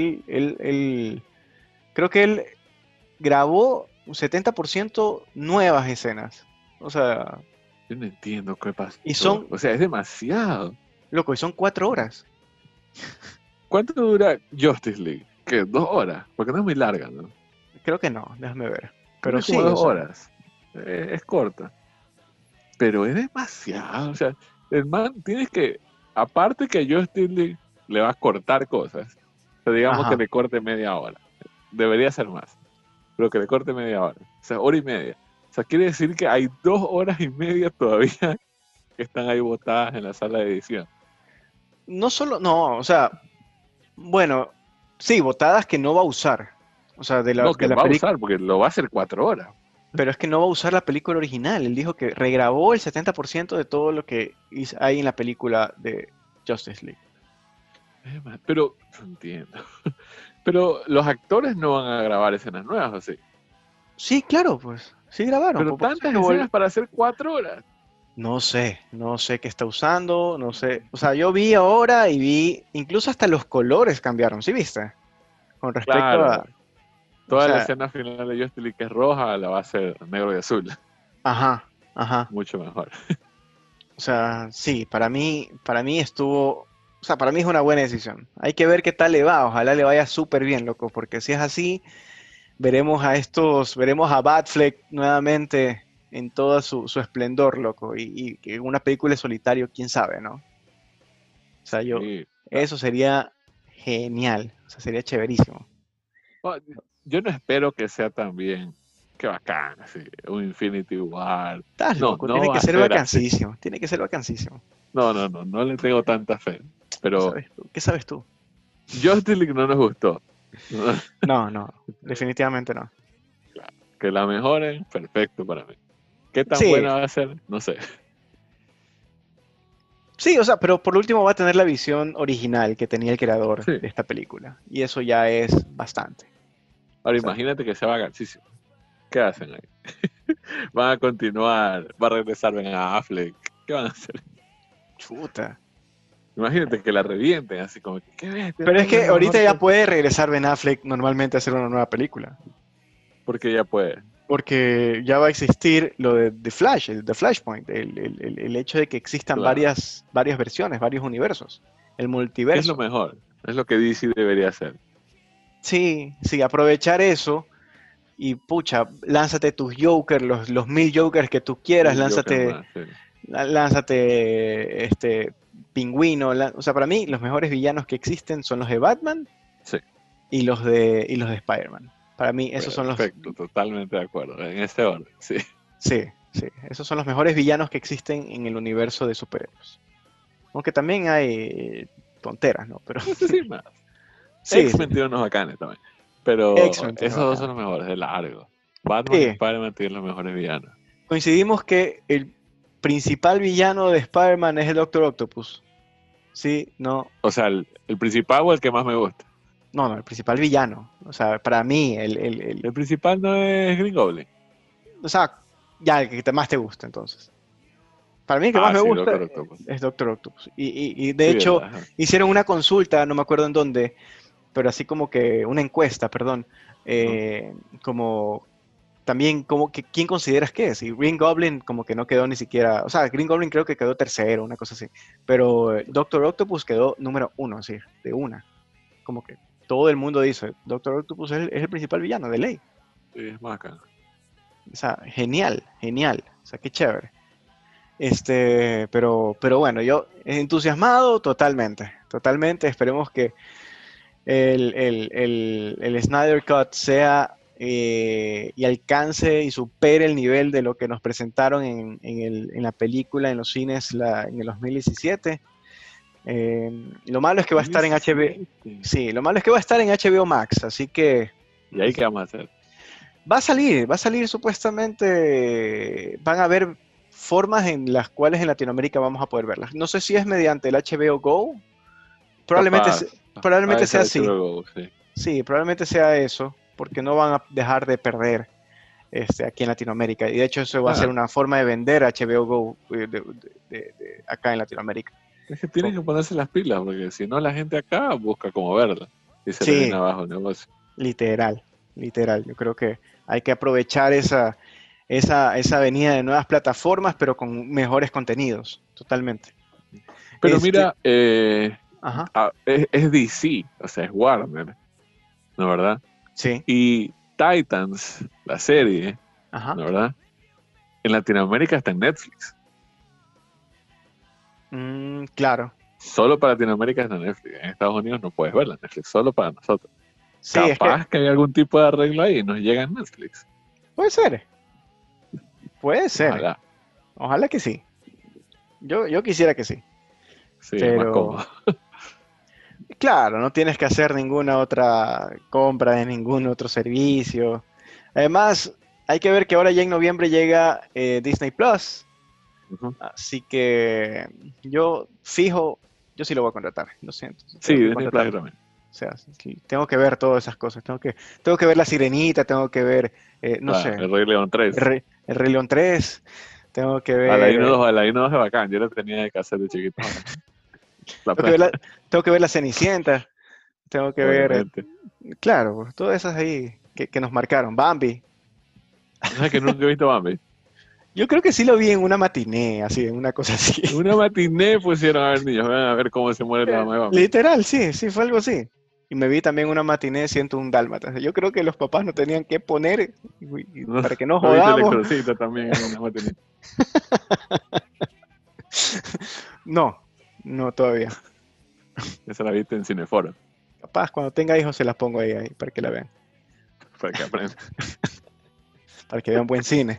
creo que él grabó un 70% nuevas escenas. O sea, Yo no entiendo qué y pasó. son, O sea, es demasiado. loco, y son 4 horas. ¿Cuánto dura Justice League? ¿Qué? 2 horas. Porque no es muy larga, ¿no? Creo que no, déjame ver. Creo Pero que es como sí, o dos sea, horas. Es corta. Pero es demasiado. O sea, el man tienes que. Aparte que a Justice League le va a cortar cosas. O sea, digamos que ajá. le corte media hora. Debería ser más. Pero que le corte media hora. O sea, hora y media. O sea, quiere decir que hay 2 horas y media todavía que están ahí botadas en la sala de edición. No solo, no, o sea, bueno, sí, botadas que no va a usar. O sea, de la, No, de que la va a película. usar, porque lo va a hacer 4 horas. Pero es que no va a usar la película original. Él dijo que regrabó el 70% de todo lo que hay en la película de Justice League. Pero, no entiendo. Pero los actores no van a grabar escenas nuevas, ¿o sí? Sí, claro, pues. Sí grabaron, Pero pues por eso es tantas que escenas para hacer 4 horas. no sé qué está usando, no sé. O sea, yo vi ahora y vi, incluso hasta los colores cambiaron, ¿sí viste? Con respecto Claro, a, o toda la sea, escena final de Justice League que es roja la va a hacer negro y azul. ajá, ajá. Mucho mejor. O sea, sí, para mí estuvo, o sea, para mí es una buena decisión. Hay que ver qué tal le va, ojalá le vaya súper bien, loco, porque si es así, veremos a Batfleck nuevamente en todo su esplendor, loco, y que una película de solitario, quién sabe, ¿no? O sea, Sí. eso sería genial, o sea, sería chéverísimo. Oh, yo no espero que sea tan bien. Qué bacán, así. Un Infinity War. Estás No, loco, no tiene va que a ser ser así. vacancísimo, tiene que ser vacancísimo. No, no, no, no le tengo tanta fe. ¿Qué Pero sabes tú? ¿Qué sabes tú? Justice League no nos gustó. No, no, definitivamente no. Claro, que la mejoren, perfecto para mí. ¿Qué tan Sí, buena va a ser? No sé. sí, o sea, pero por último va a tener la visión original que tenía el creador Sí. de esta película. Y eso ya es bastante. Ahora O sea, imagínate que sea vagancísimo. ¿Qué hacen ahí? Van a continuar, va a regresar Ben Affleck. ¿Qué van a hacer? chuta. Imagínate que la revienten, así como, ¿qué ves? Pero es Tenemos que la ahorita mejor ya cosa. puede regresar Ben Affleck normalmente a hacer una nueva película. Porque ya puede. Porque ya va a existir lo de The Flash, The Flashpoint, el hecho de que existan Claro. varias versiones, varios universos, el ¿Qué es lo multiverso. mejor? Es lo que DC debería hacer. Sí, sí, aprovechar eso y pucha, lánzate tus Jokers, los 1000 Jokers que tú quieras, Mil Joker lánzate, más, sí. lánzate Pingüino. O sea, para mí los mejores villanos que existen son los de Batman Sí, y los de Spider-Man. Para mí esos son los, perfecto, totalmente de acuerdo. En ese orden, sí. sí, sí, esos son los mejores villanos que existen en el universo de superhéroes. Aunque también hay tonteras, ¿no? Pero No sé si más. sí, sí, X-Men tiene unos bacanes también. Pero X-Men tiene esos dos son bacán. los mejores, de largo. Batman y Sí, Spider-Man tienen los mejores villanos. coincidimos que el principal villano de Spider-Man es el Doctor Octopus. Sí, no, O sea, el principal o el que más me gusta. no, no, el principal villano. O sea, para mí, El principal no es Green Goblin. o sea, ya el que más te gusta, entonces. Para mí el que más Ah, me sí, gusta Doctor Octopus. es Doctor Octopus. Y de Sí, hecho, ajá. hicieron una consulta, no me acuerdo en dónde, pero así como que una encuesta, perdón, Ajá. como también como que quién consideras que es. Y Green Goblin como que no quedó ni siquiera, o sea, Green Goblin creo que quedó tercero, una cosa así. Pero Doctor Octopus quedó número uno, así, de una. Como que todo el mundo dice, Doctor Octopus es el principal villano, de ley. Sí, es más acá. O sea, genial, genial. O sea, qué chévere. Pero bueno, yo entusiasmado totalmente, totalmente. Esperemos que el Snyder Cut sea y alcance y supere el nivel de lo que nos presentaron en la película, en los cines en el 2017. Lo malo es que va a estar en HBO. 17. Sí, lo malo es que va a estar en HBO Max, así que ¿Y ahí qué vamos a hacer? va a salir supuestamente, van a haber formas en las cuales en Latinoamérica vamos a poder verlas. No sé si es mediante el HBO Go, probablemente, Capaz. Ha probablemente de sea ser así, HBO Go, sí. sí, probablemente sea eso, porque no van a dejar de perder aquí en Latinoamérica. Y de hecho eso va a ser Claro. una forma de vender HBO Go acá en Latinoamérica. Es que tienen que ponerse las pilas, porque si no la gente acá busca cómo verla. Y se les viene Sí, abajo el negocio. literal, literal. Yo creo que hay que aprovechar esa venida de nuevas plataformas, pero con mejores contenidos, totalmente. Pero Este, mira, ajá, es DC, o sea, es Warner, ¿no verdad? sí, Y Titans, la serie, ajá, ¿no verdad? En Latinoamérica está en Netflix. claro. Solo para Latinoamérica está en Netflix. En Estados Unidos no puedes verla en Netflix, solo para nosotros. Sí, es que Capaz que hay algún tipo de arreglo ahí y nos llega en Netflix. puede ser, puede ser. Ojalá. Ojalá que sí. Yo quisiera que sí, Sí, es más pero cómodo. claro, no tienes que hacer ninguna otra compra de ningún otro servicio. Además, hay que ver que ahora ya en noviembre llega Disney Plus. Ujú. Así que yo fijo, yo sí lo voy a contratar, lo siento, Sí, tengo que Disney Plus contratarlo. también. O sea, sí, tengo que ver todas esas cosas, tengo que ver La Sirenita, tengo que ver, no Claro, sé, el Rey León 3. El Rey León 3, tengo que ver, Aladino 2, Aladino 2 es bacán. Yo lo tenía que hacer de chiquito. La tengo que ver plata, tengo que ver La Cenicienta, tengo que ver, obviamente. claro, pues, todas esas ahí que nos marcaron, Bambi. O sea que nunca he visto Bambi. Yo creo que sí lo vi en una matiné, así, en una cosa así. En una matiné pusieron a ver niños, van a ver cómo se muere la mamá de Bambi. Literal, sí, sí, fue algo así. Y me vi también una matiné 101 Dálmatas. Yo creo que los papás no tenían que poner ¿No, para que no no viste el jodamos. exorcista también en una matiné? No, no todavía. Esa la viste en Cineforo, Capaz, cuando tenga hijos se las pongo ahí para que la vean. para que aprendan. Para que vean buen cine.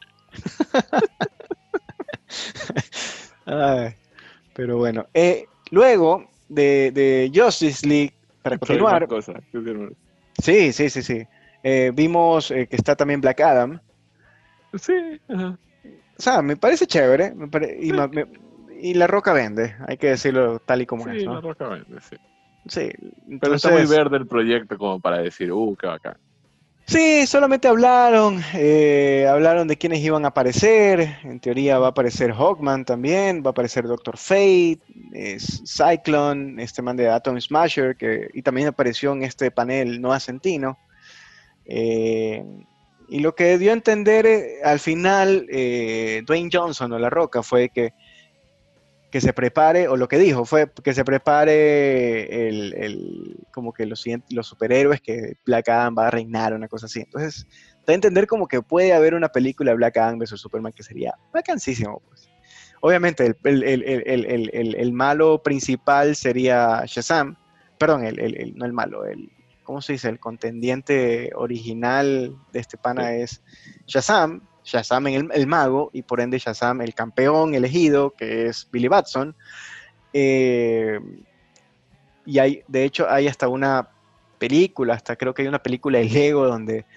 Ay, pero bueno. Luego de Justice League, para Pero hay más continuar, cosas. sí, sí, sí, sí. Vimos que está también Black Adam. Sí, ajá. O sea, me parece chévere. Sí, Y La Roca vende, hay que decirlo tal y como es, sí, la ¿no? roca vende, sí. Sí, Pero está muy entonces, verde el proyecto como para decir, qué bacán. sí, solamente hablaron de quiénes iban a aparecer. En teoría va a aparecer Hawkman también, va a aparecer Doctor Fate, Cyclone, este man de Atom Smasher, y también apareció en este panel Noah Centino. Eh, y lo que dio a entender al final Dwayne Johnson o La Roca fue que se prepare, o lo que dijo fue que se prepare como que los superhéroes, que Black Adam va a reinar, una cosa así. Entonces, da a entender como que puede haber una película de Black Adam versus Superman que sería bacanísimo, pues. Obviamente, el malo principal sería Shazam, perdón, no el malo, ¿cómo se dice? El contendiente original de este Sí. pana es Shazam, Shazam el mago, y por ende Shazam el campeón elegido, que es Billy Batson. Eh, y de hecho, hay hasta una película, hasta creo que hay una película de Lego donde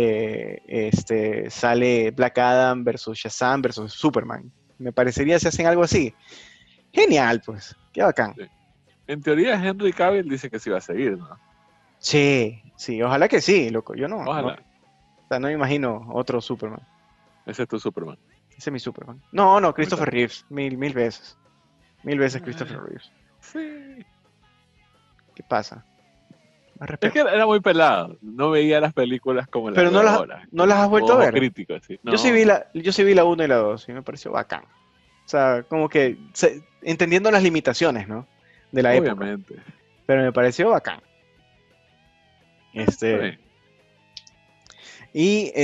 sale Black Adam versus Shazam versus Superman. Me parecería si hacen algo así. Genial, pues. Qué bacán. Sí. En teoría, Henry Cavill dice que sí va a seguir, ¿no? Sí, sí, ojalá que sí, loco. Yo o Ojalá. sea, no me imagino otro Superman. Ese es tu Superman. Ese es mi Superman. No, no, A mí Christopher también. Reeves. Mil veces. Mil veces Christopher Ah, Reeves. sí. ¿Qué pasa? Más Es que respeto. era muy pelado. No veía las películas como las Pero veo ahora, no las has con vuelto a ojo ver. crítico, así. No, Yo sí vi la uno y la 2 y me pareció bacán. O sea, como que entendiendo las limitaciones, ¿no? De la época. obviamente. Pero me pareció bacán. Está Este, bien. y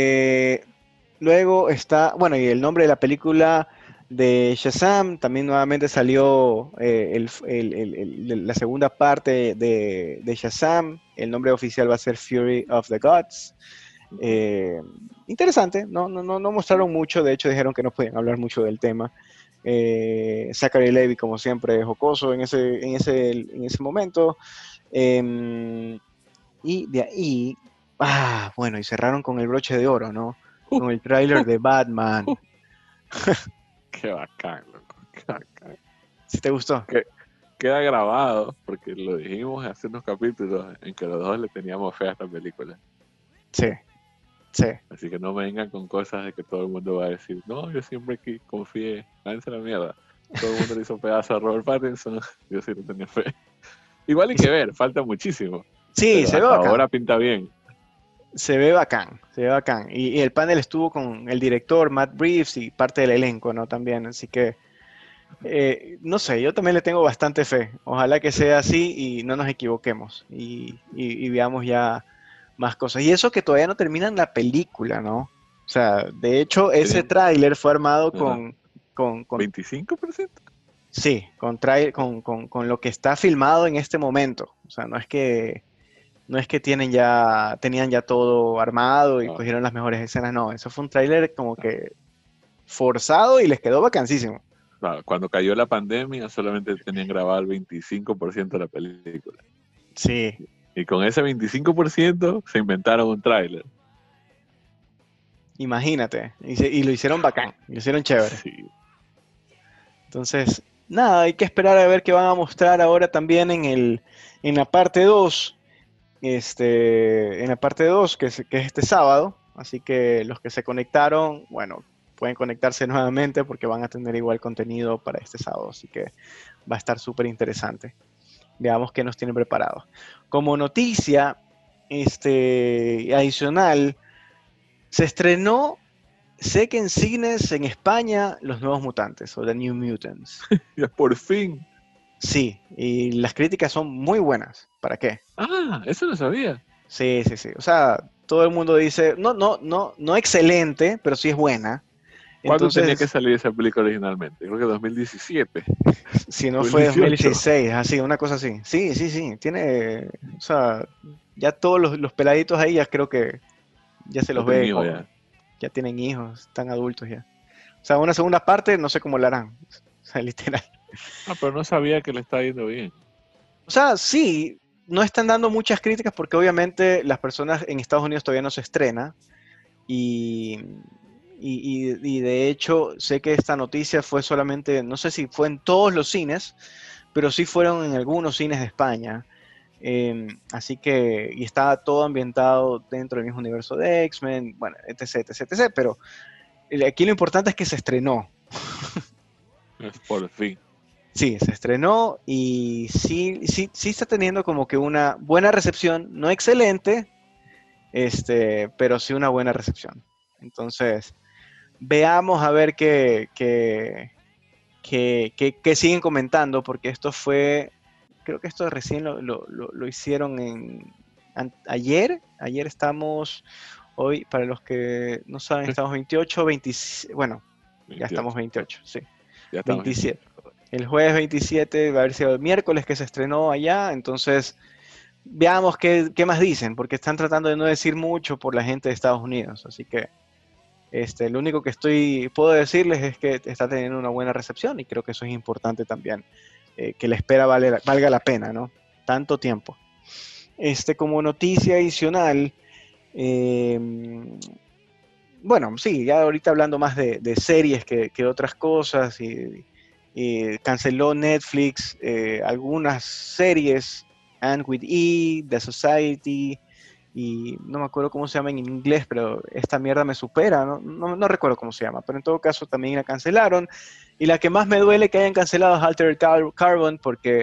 luego está, bueno, y el nombre de la película de Shazam, también nuevamente salió la segunda parte de Shazam. El nombre oficial va a ser Fury of the Gods. Ujú. Eh, Interesante, no mostraron mucho, de hecho dijeron que no podían hablar mucho del tema. Zachary Levi, como siempre, jocoso en ese momento. Em, y de ahí, bueno, y cerraron con el broche de oro, ¿no? Uh, Con el tráiler uh, de Batman. uh, qué bacán, loco, qué bacán. ¿Sí te gustó? Que- Queda grabado, porque lo dijimos hace unos capítulos en que los dos le teníamos fe a esta película. Sí, sí. Así que no me vengan con cosas de que todo el mundo va a decir, no, yo siempre que confié, váyanse a la mierda. Todo el mundo le hizo pedazo a Robert Pattinson, yo sí le tenía fe. Igual hay Y que ver, falta muchísimo, sí, pero se ve hasta bacán. ahora pinta bien. Se ve bacán, se ve bacán. Y el panel estuvo con el director, Matt Reeves, y parte del elenco, ¿no? También, así que, no sé, yo también le tengo bastante fe. Ojalá que sea así y no nos equivoquemos y veamos ya más cosas. Y eso que todavía no terminan la película, ¿no? O sea, de hecho, ese Tenían, tráiler fue armado ajá, con 25%. sí, con lo que está filmado en este momento. O sea, no es que tenían ya todo armado y Ah, cogieron las mejores escenas, no, eso fue un tráiler como que forzado y les quedó vacancísimo. claro, cuando cayó la pandemia solamente tenían grabado el 25% de la película. Sí, Y con ese 25% se inventaron un tráiler. imagínate, y lo hicieron bacán, lo hicieron chévere. Sí, Entonces, nada, hay que esperar a ver qué van a mostrar ahora también en la parte 2, en la parte 2 que es este sábado, así que los que se conectaron, bueno, pueden conectarse nuevamente porque van a tener igual contenido para este sábado, así que va a estar súper interesante. Veamos qué nos tienen preparado. Como noticia, adicional, se estrenó, sé que en cines en España, Los Nuevos Mutantes o The New Mutants. ya por fin. Sí, y las críticas son muy buenas. ¿Para qué? Ah, eso no sabía. Sí, sí, sí. O sea, todo el mundo dice, no, no, no, no excelente, pero sí es buena. ¿Cuándo tenía que Entonces, salir esa película originalmente? Creo que 2017, si no fue 2018. 2016, así, una cosa así. Sí, sí, sí. O sea, ya todos los peladitos ahí ya creo que ya se Ya los tenía ve hijo como, ya. ya tienen hijos, están adultos ya. O sea, una segunda parte, no sé cómo la harán. O sea, literal. Ah, pero no sabía que le estaba yendo bien. O sea, sí, no están dando muchas críticas porque obviamente las personas en Estados Unidos todavía no se estrena. Y, y de hecho, sé que esta noticia fue solamente, no sé si fue en todos los cines, pero sí fueron en algunos cines de España. Así que, y está todo ambientado dentro del mismo universo de X-Men, bueno, etc, etc, etc. Pero aquí lo importante es que se estrenó. Es por fin. Sí, se estrenó y sí, sí, sí está teniendo como que una buena recepción, no excelente, pero sí una buena recepción. Entonces, veamos a ver qué siguen comentando, porque esto fue, creo que esto recién lo hicieron ayer. Ayer estamos, hoy, para los que no saben, estamos 28, 20, bueno, ya estamos 28. 28, sí, Ya estamos 27. 28. El jueves 27 va a haber sido el miércoles que se estrenó allá, entonces veamos qué más dicen, porque están tratando de no decir mucho por la gente de Estados Unidos, así que lo único que puedo decirles es que está teniendo una buena recepción y creo que eso es importante también, que la espera valga la pena, ¿no? Tanto tiempo. Como noticia adicional, eh, bueno, sí, ya ahorita hablando más de series que otras cosas, y canceló Netflix algunas series, And with E, The Society, y no me acuerdo cómo se llama en inglés, pero esta mierda me supera, no recuerdo cómo se llama, pero en todo caso también la cancelaron. Y la que más me duele que hayan cancelado es Altered Carbon,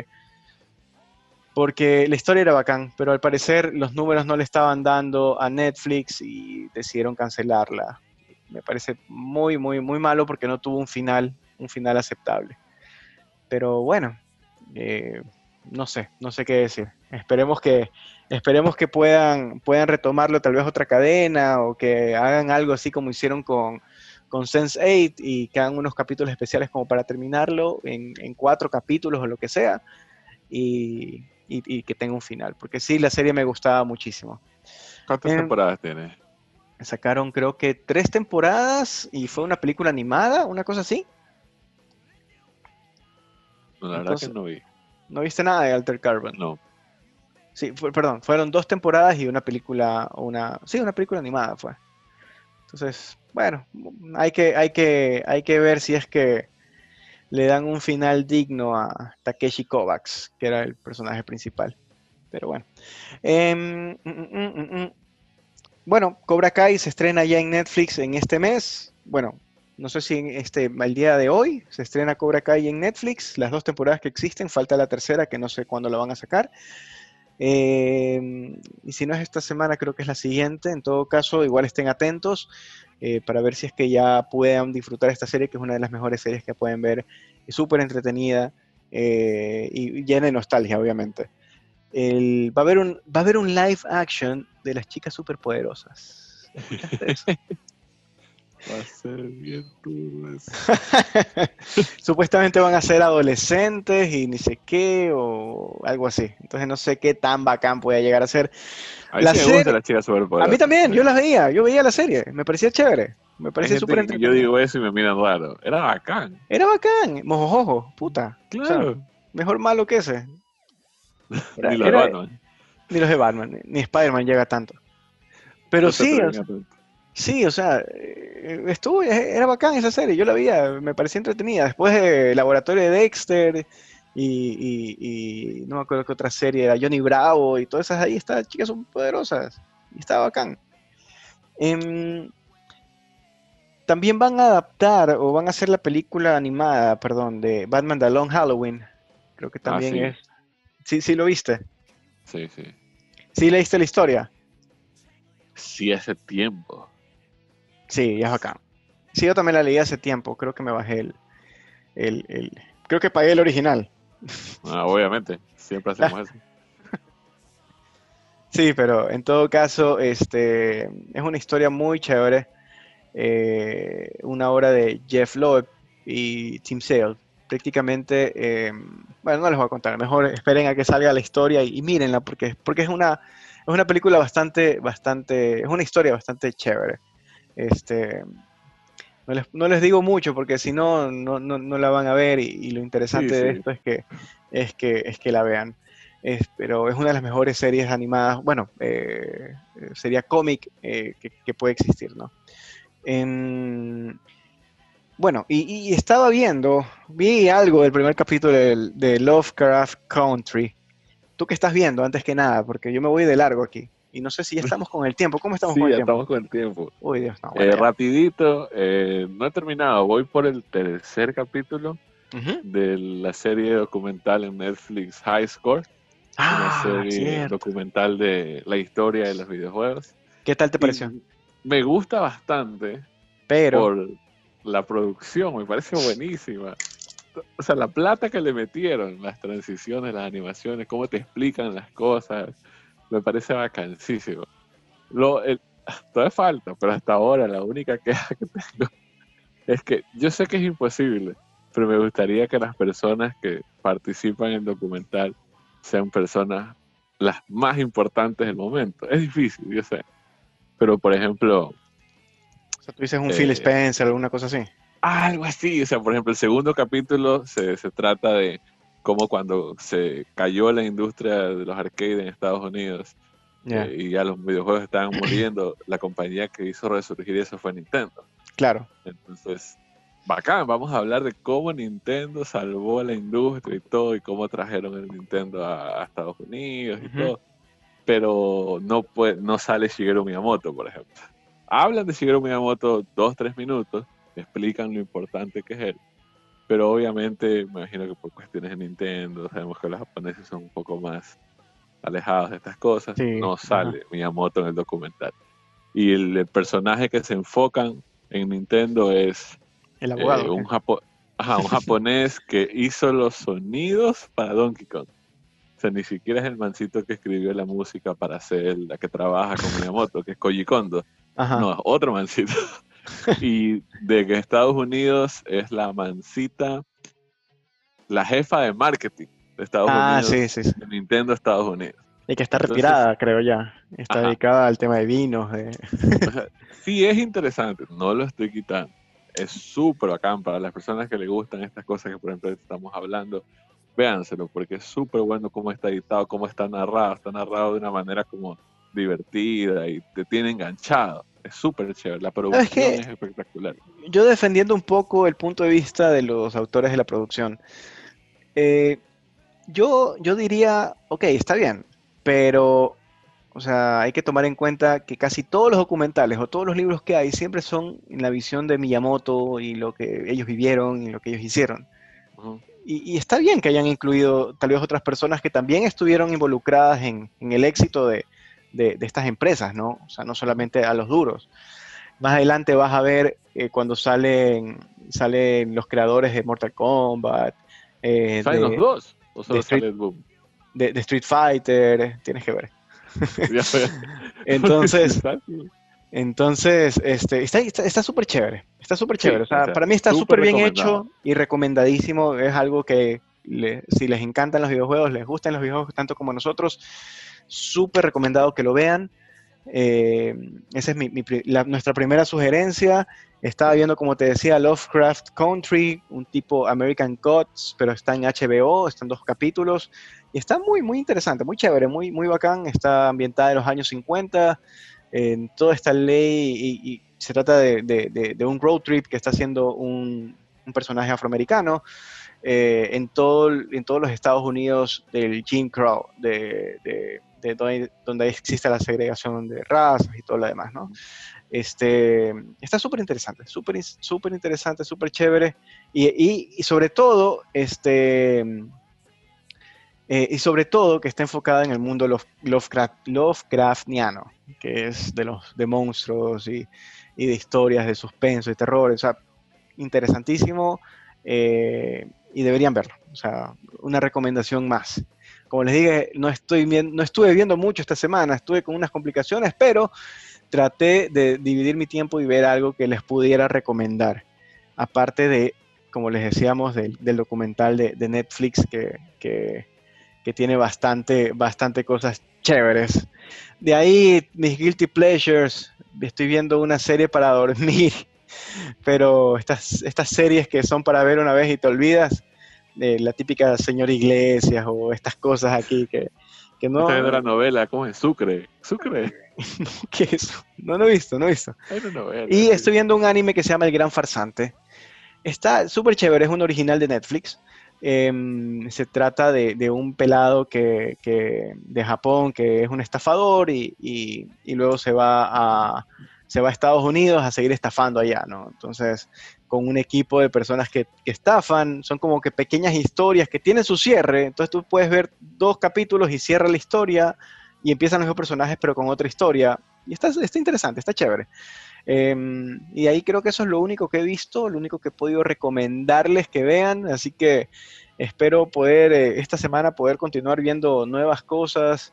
porque la historia era bacán, pero al parecer los números no le estaban dando a Netflix y decidieron cancelarla. Me parece muy, muy, muy malo porque no tuvo un final aceptable. Pero bueno, eh, no sé qué decir. Esperemos que puedan retomarlo tal vez otra cadena o que hagan algo así como hicieron con Sense8 y que hagan unos capítulos especiales como para terminarlo en 4 capítulos o lo que sea y que tenga un final. Porque sí, la serie me gustaba muchísimo. ¿Cuántas Eh, temporadas tiene? Sacaron creo que 3 temporadas y fue una película animada, una cosa así. No, la verdad que Entonces, no vi. ¿no viste nada de Alter Carbon? No. Sí, perdón, fueron 2 temporadas y una película, sí, una película animada fue. Entonces, bueno, hay que ver si es que le dan un final digno a Takeshi Kovacs, que era el personaje principal. Pero bueno. Bueno, Cobra Kai se estrena ya en Netflix en este mes. Bueno, no sé si el día de hoy se estrena Cobra Kai en Netflix. Las 2 temporadas que existen, falta la tercera, que no sé cuándo la van a sacar. Y si no es esta semana, creo que es la siguiente. En todo caso, igual estén atentos para ver si es que ya puedan disfrutar esta serie, que es una de las mejores series que pueden ver. Es súper entretenida y llena de nostalgia, obviamente. Va a haber un live action de las chicas superpoderosas. ¿Escuchaste eso? Va a ser bien duro eso. Supuestamente van a ser adolescentes y ni sé qué o algo así. Entonces no sé qué tan bacán puede llegar a ser. A mí La sí me gusta serie, la chica a mí superpoderosa. también, yo veía la serie, me parecía chévere, me Hay parecía súper gente que yo entretenida. digo eso y me miran raro. Era bacán. Era bacán, mojojojo, puta. O sea, Claro. mejor malo que ese. Ni lo de Era Batman. ni los de Batman, ni Spider-Man llega tanto. Pero No te sí, atreven a tanto. sí, o sea, era bacán esa serie, yo la veía, me parecía entretenida. Después de Laboratorio de Dexter y no me acuerdo qué otra serie era, Johnny Bravo y todas esas ahí, estas chicas son poderosas y estaba bacán. Em, También van a adaptar o van a hacer la película animada, perdón, de Batman The Long Halloween. Creo que Ah, también sí. es. Sí, sí lo viste. Sí, sí. Sí leíste la historia. Sí, hace tiempo. Sí, ya es bacán. Sí, yo también la leí hace tiempo. Creo que me bajé creo que pagué el original. Ah, obviamente. Siempre hacemos eso. Sí, pero en todo caso, es una historia muy chévere. Una obra de Jeff Loeb y Tim Sale. Prácticamente, bueno, no les voy a contar, mejor esperen a que salga la historia y mírenla porque es una película es una historia bastante chévere. Este, no les digo mucho porque si no, no la van a ver y lo Sí, interesante de sí. esto es que la vean. Pero es una de las mejores series animadas, bueno, sería cómic que puede existir, ¿no? En- bueno, y vi algo del primer capítulo de Lovecraft Country. ¿Tú qué estás viendo antes que nada? Porque yo me voy de largo aquí. Y no sé si ya estamos con el tiempo. ¿Cómo estamos Sí, con el ya tiempo? estamos con el tiempo. Uy, Dios, no, bueno, ya. Rapidito, no he terminado. Voy por el tercer capítulo Ujú. de la serie documental en Netflix High Score. Una Ah, serie cierto. documental de la historia de los videojuegos. ¿Qué tal te pareció? Y me gusta bastante Pero, por la producción, me parece buenísima. O sea, la plata que le metieron, las transiciones, las animaciones, cómo te explican las cosas, me parece bacanísimo. Todavía falta, pero hasta ahora la única queja que tengo es que yo sé que es imposible, pero me gustaría que las personas que participan en el documental sean personas las más importantes del momento. Es difícil, yo sé. Pero, por ejemplo, o sea, tú dices un Phil eh, Spencer, alguna cosa así. algo así. O sea, por ejemplo, el segundo capítulo se trata de cómo cuando se cayó la industria de los arcades en Estados Unidos Ya, y ya los videojuegos estaban muriendo, la compañía que hizo resurgir eso fue Nintendo. claro. Entonces, bacán, vamos a hablar de cómo Nintendo salvó la industria y todo, y cómo trajeron el Nintendo a Estados Unidos y Ujú. todo. Pero no sale Shigeru Miyamoto, por ejemplo. Hablan de Shigeru Miyamoto 2, 3 minutos, explican lo importante que es él, pero obviamente me imagino que por cuestiones de Nintendo, sabemos que los japoneses son un poco más alejados de estas cosas, Sí, no ajá. sale Miyamoto en el documental. Y el personaje que se enfocan en Nintendo es El abogado, ¿qué? un japonés que hizo los sonidos para Donkey Kong. O sea, ni siquiera es el mancito que escribió la música para hacer la que trabaja con Miyamoto, que es Koji Kondo. Ajá. No, es otro mancito. Y de que Estados Unidos es la mancita, la jefa de marketing de Estados Ah, sí, Unidos, sí, sí. de Nintendo Estados Unidos. Y que está Entonces, retirada, creo ya. Está ajá, dedicada al tema de vinos. o sea, sí es interesante, no lo estoy quitando. Es súper bacán para las personas que le gustan estas cosas que, por ejemplo, estamos hablando. véanselo, porque es súper bueno cómo está editado, cómo está narrado de una manera como divertida y te tiene enganchado. Es súper chévere, la ¿Sabes producción qué? es espectacular. Yo defendiendo un poco el punto de vista de los autores de la producción, eh, yo diría, ok, está bien, pero, o sea, hay que tomar en cuenta que casi todos los documentales o todos los libros que hay siempre son en la visión de Miyamoto y lo que ellos vivieron y lo que ellos hicieron. Ujú. Y está bien que hayan incluido tal vez otras personas que también estuvieron involucradas en el éxito de estas empresas, ¿no? O sea, no Ujú. solamente a los duros. Más adelante vas a ver cuando salen los creadores de Mortal Kombat, eh, ¿Salen los de, dos? ¿O de solo Street, sale el Boom? de Street Fighter, tienes que ver. Ya, ya. Porque Street Entonces, Fighter. está súper chévere, está súper chévere. Sí, O o sea, sea, para mí está súper súper bien recomendado. hecho y recomendadísimo. Es algo que si les encantan los videojuegos, les gustan los videojuegos tanto como a nosotros, súper recomendado que lo vean. Eh, Esa es nuestra primera sugerencia. Estaba viendo, como te decía, Lovecraft Country, un tipo American Gods, pero está en HBO, están 2 capítulos. Y está muy, muy interesante, muy chévere, muy, muy bacán. Está ambientada en los años 50, en toda esta ley, y se trata de un road trip que está haciendo un personaje afroamericano en todos los Estados Unidos del Jim Crow, donde existe la segregación de razas y todo lo demás, ¿no? Está súper interesante, súper interesante, súper chévere, y sobre todo, y sobre todo que está enfocada en el mundo Lovecraftiano, que es de monstruos y de historias de suspenso y terror, o sea, interesantísimo, y deberían verlo. O sea, una recomendación más. Como les dije, no estuve viendo mucho esta semana, estuve con unas complicaciones, pero traté de dividir mi tiempo y ver algo que les pudiera recomendar. Aparte de, como les decíamos, del documental de Netflix que tiene bastante cosas chéveres. De ahí, mis guilty pleasures. Estoy viendo una serie para dormir, pero estas series que son para ver una vez y te olvidas, la típica Señor Iglesias o estas cosas aquí que Está viendo no, la novela, ¿cómo es? Sucre. Sucre. ¿qué es eso? No he visto, no he visto. Hay una novela, Y sí. estoy viendo un anime que se llama El Gran Farsante. Está súper chévere, es un original de Netflix. Se trata de un pelado de Japón que es un estafador y luego se va a Estados Unidos a seguir estafando allá, ¿no? Entonces, con un equipo de personas que estafan, son como que pequeñas historias que tienen su cierre, entonces tú puedes ver 2 capítulos y cierra la historia y empiezan los mismos personajes pero con otra historia. Y está interesante, está chévere. Y ahí creo que eso es lo único que he visto, lo único que he podido recomendarles que vean, así que espero poder esta semana poder continuar viendo nuevas cosas,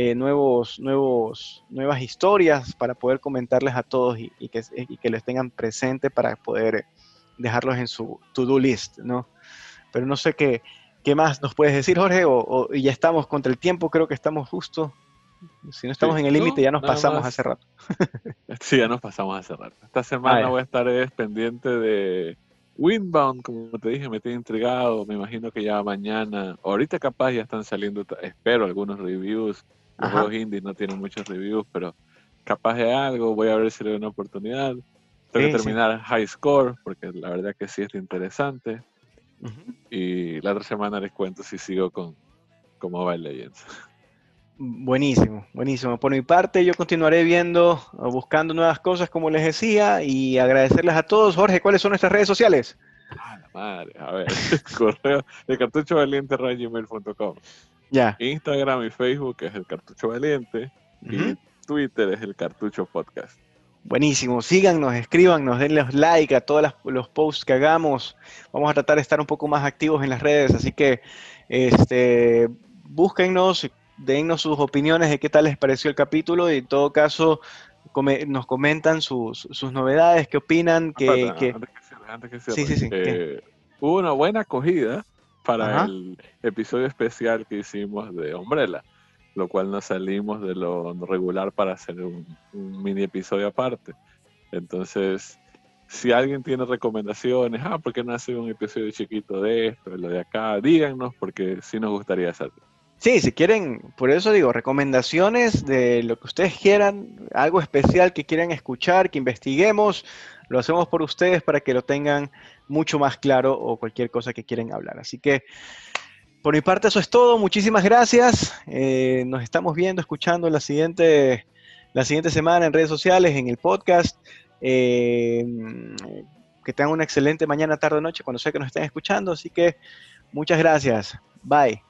nuevas historias para poder comentarles a todos y que les tengan presente para poder dejarlos en su to-do list, ¿no? Pero no sé qué más nos puedes decir, Jorge, y ya estamos contra el tiempo, creo que estamos justo. Si no estamos Sí, en el límite, no, ya nos nada pasamos hace más. rato. Sí, ya nos pasamos hace rato. Esta Ah, semana ya. voy a estar pendiente de Windbound, como te dije, me tiene intrigado. Me imagino que ya mañana, ahorita capaz ya están saliendo, espero algunos reviews. Los Ajá. juegos indie no tienen muchos reviews, pero capaz de algo. Voy a ver si le doy una oportunidad. Tengo que Sí, sí. terminar High Score, porque la verdad que sí está interesante. Ujú. Y la otra semana les cuento si sigo con Mobile Legends. Buenísimo, buenísimo. Por mi parte, yo continuaré viendo, o buscando nuevas cosas, como les decía, y agradecerles a todos. Jorge, ¿cuáles son nuestras redes sociales? Ah, la madre. A ver, correo de cartuchovaliente@gmail.com. Ya. Instagram y Facebook es el Cartucho Valiente y Ujú. Twitter es el Cartucho Podcast. Buenísimo. Síganos, escríbanos, denle like a todos los posts que hagamos. Vamos a tratar de estar un poco más activos en las redes, así que búsquennos, dennos sus opiniones de qué tal les pareció el capítulo y en todo caso nos comentan sus novedades, qué opinan, Espérate, que... antes que Sí, cierre, sí, sí. ¿Qué? hubo una buena acogida para Ajá. el episodio especial que hicimos de Umbrella, lo cual nos salimos de lo regular para hacer un mini episodio aparte. Entonces, Si alguien tiene recomendaciones, ¿por qué no hace un episodio chiquito de esto, de lo de acá? Díganos, porque sí nos gustaría hacerlo. Sí, si quieren, por eso digo, recomendaciones de lo que ustedes quieran, algo especial que quieran escuchar, que investiguemos, lo hacemos por ustedes para que lo tengan mucho más claro o cualquier cosa que quieran hablar. Así que por mi parte eso es todo, muchísimas gracias. Nos estamos viendo, escuchando la siguiente semana en redes sociales, en el podcast. Eh, que tengan una excelente mañana, tarde o noche cuando sea que nos estén escuchando. Así que muchas gracias. Bye.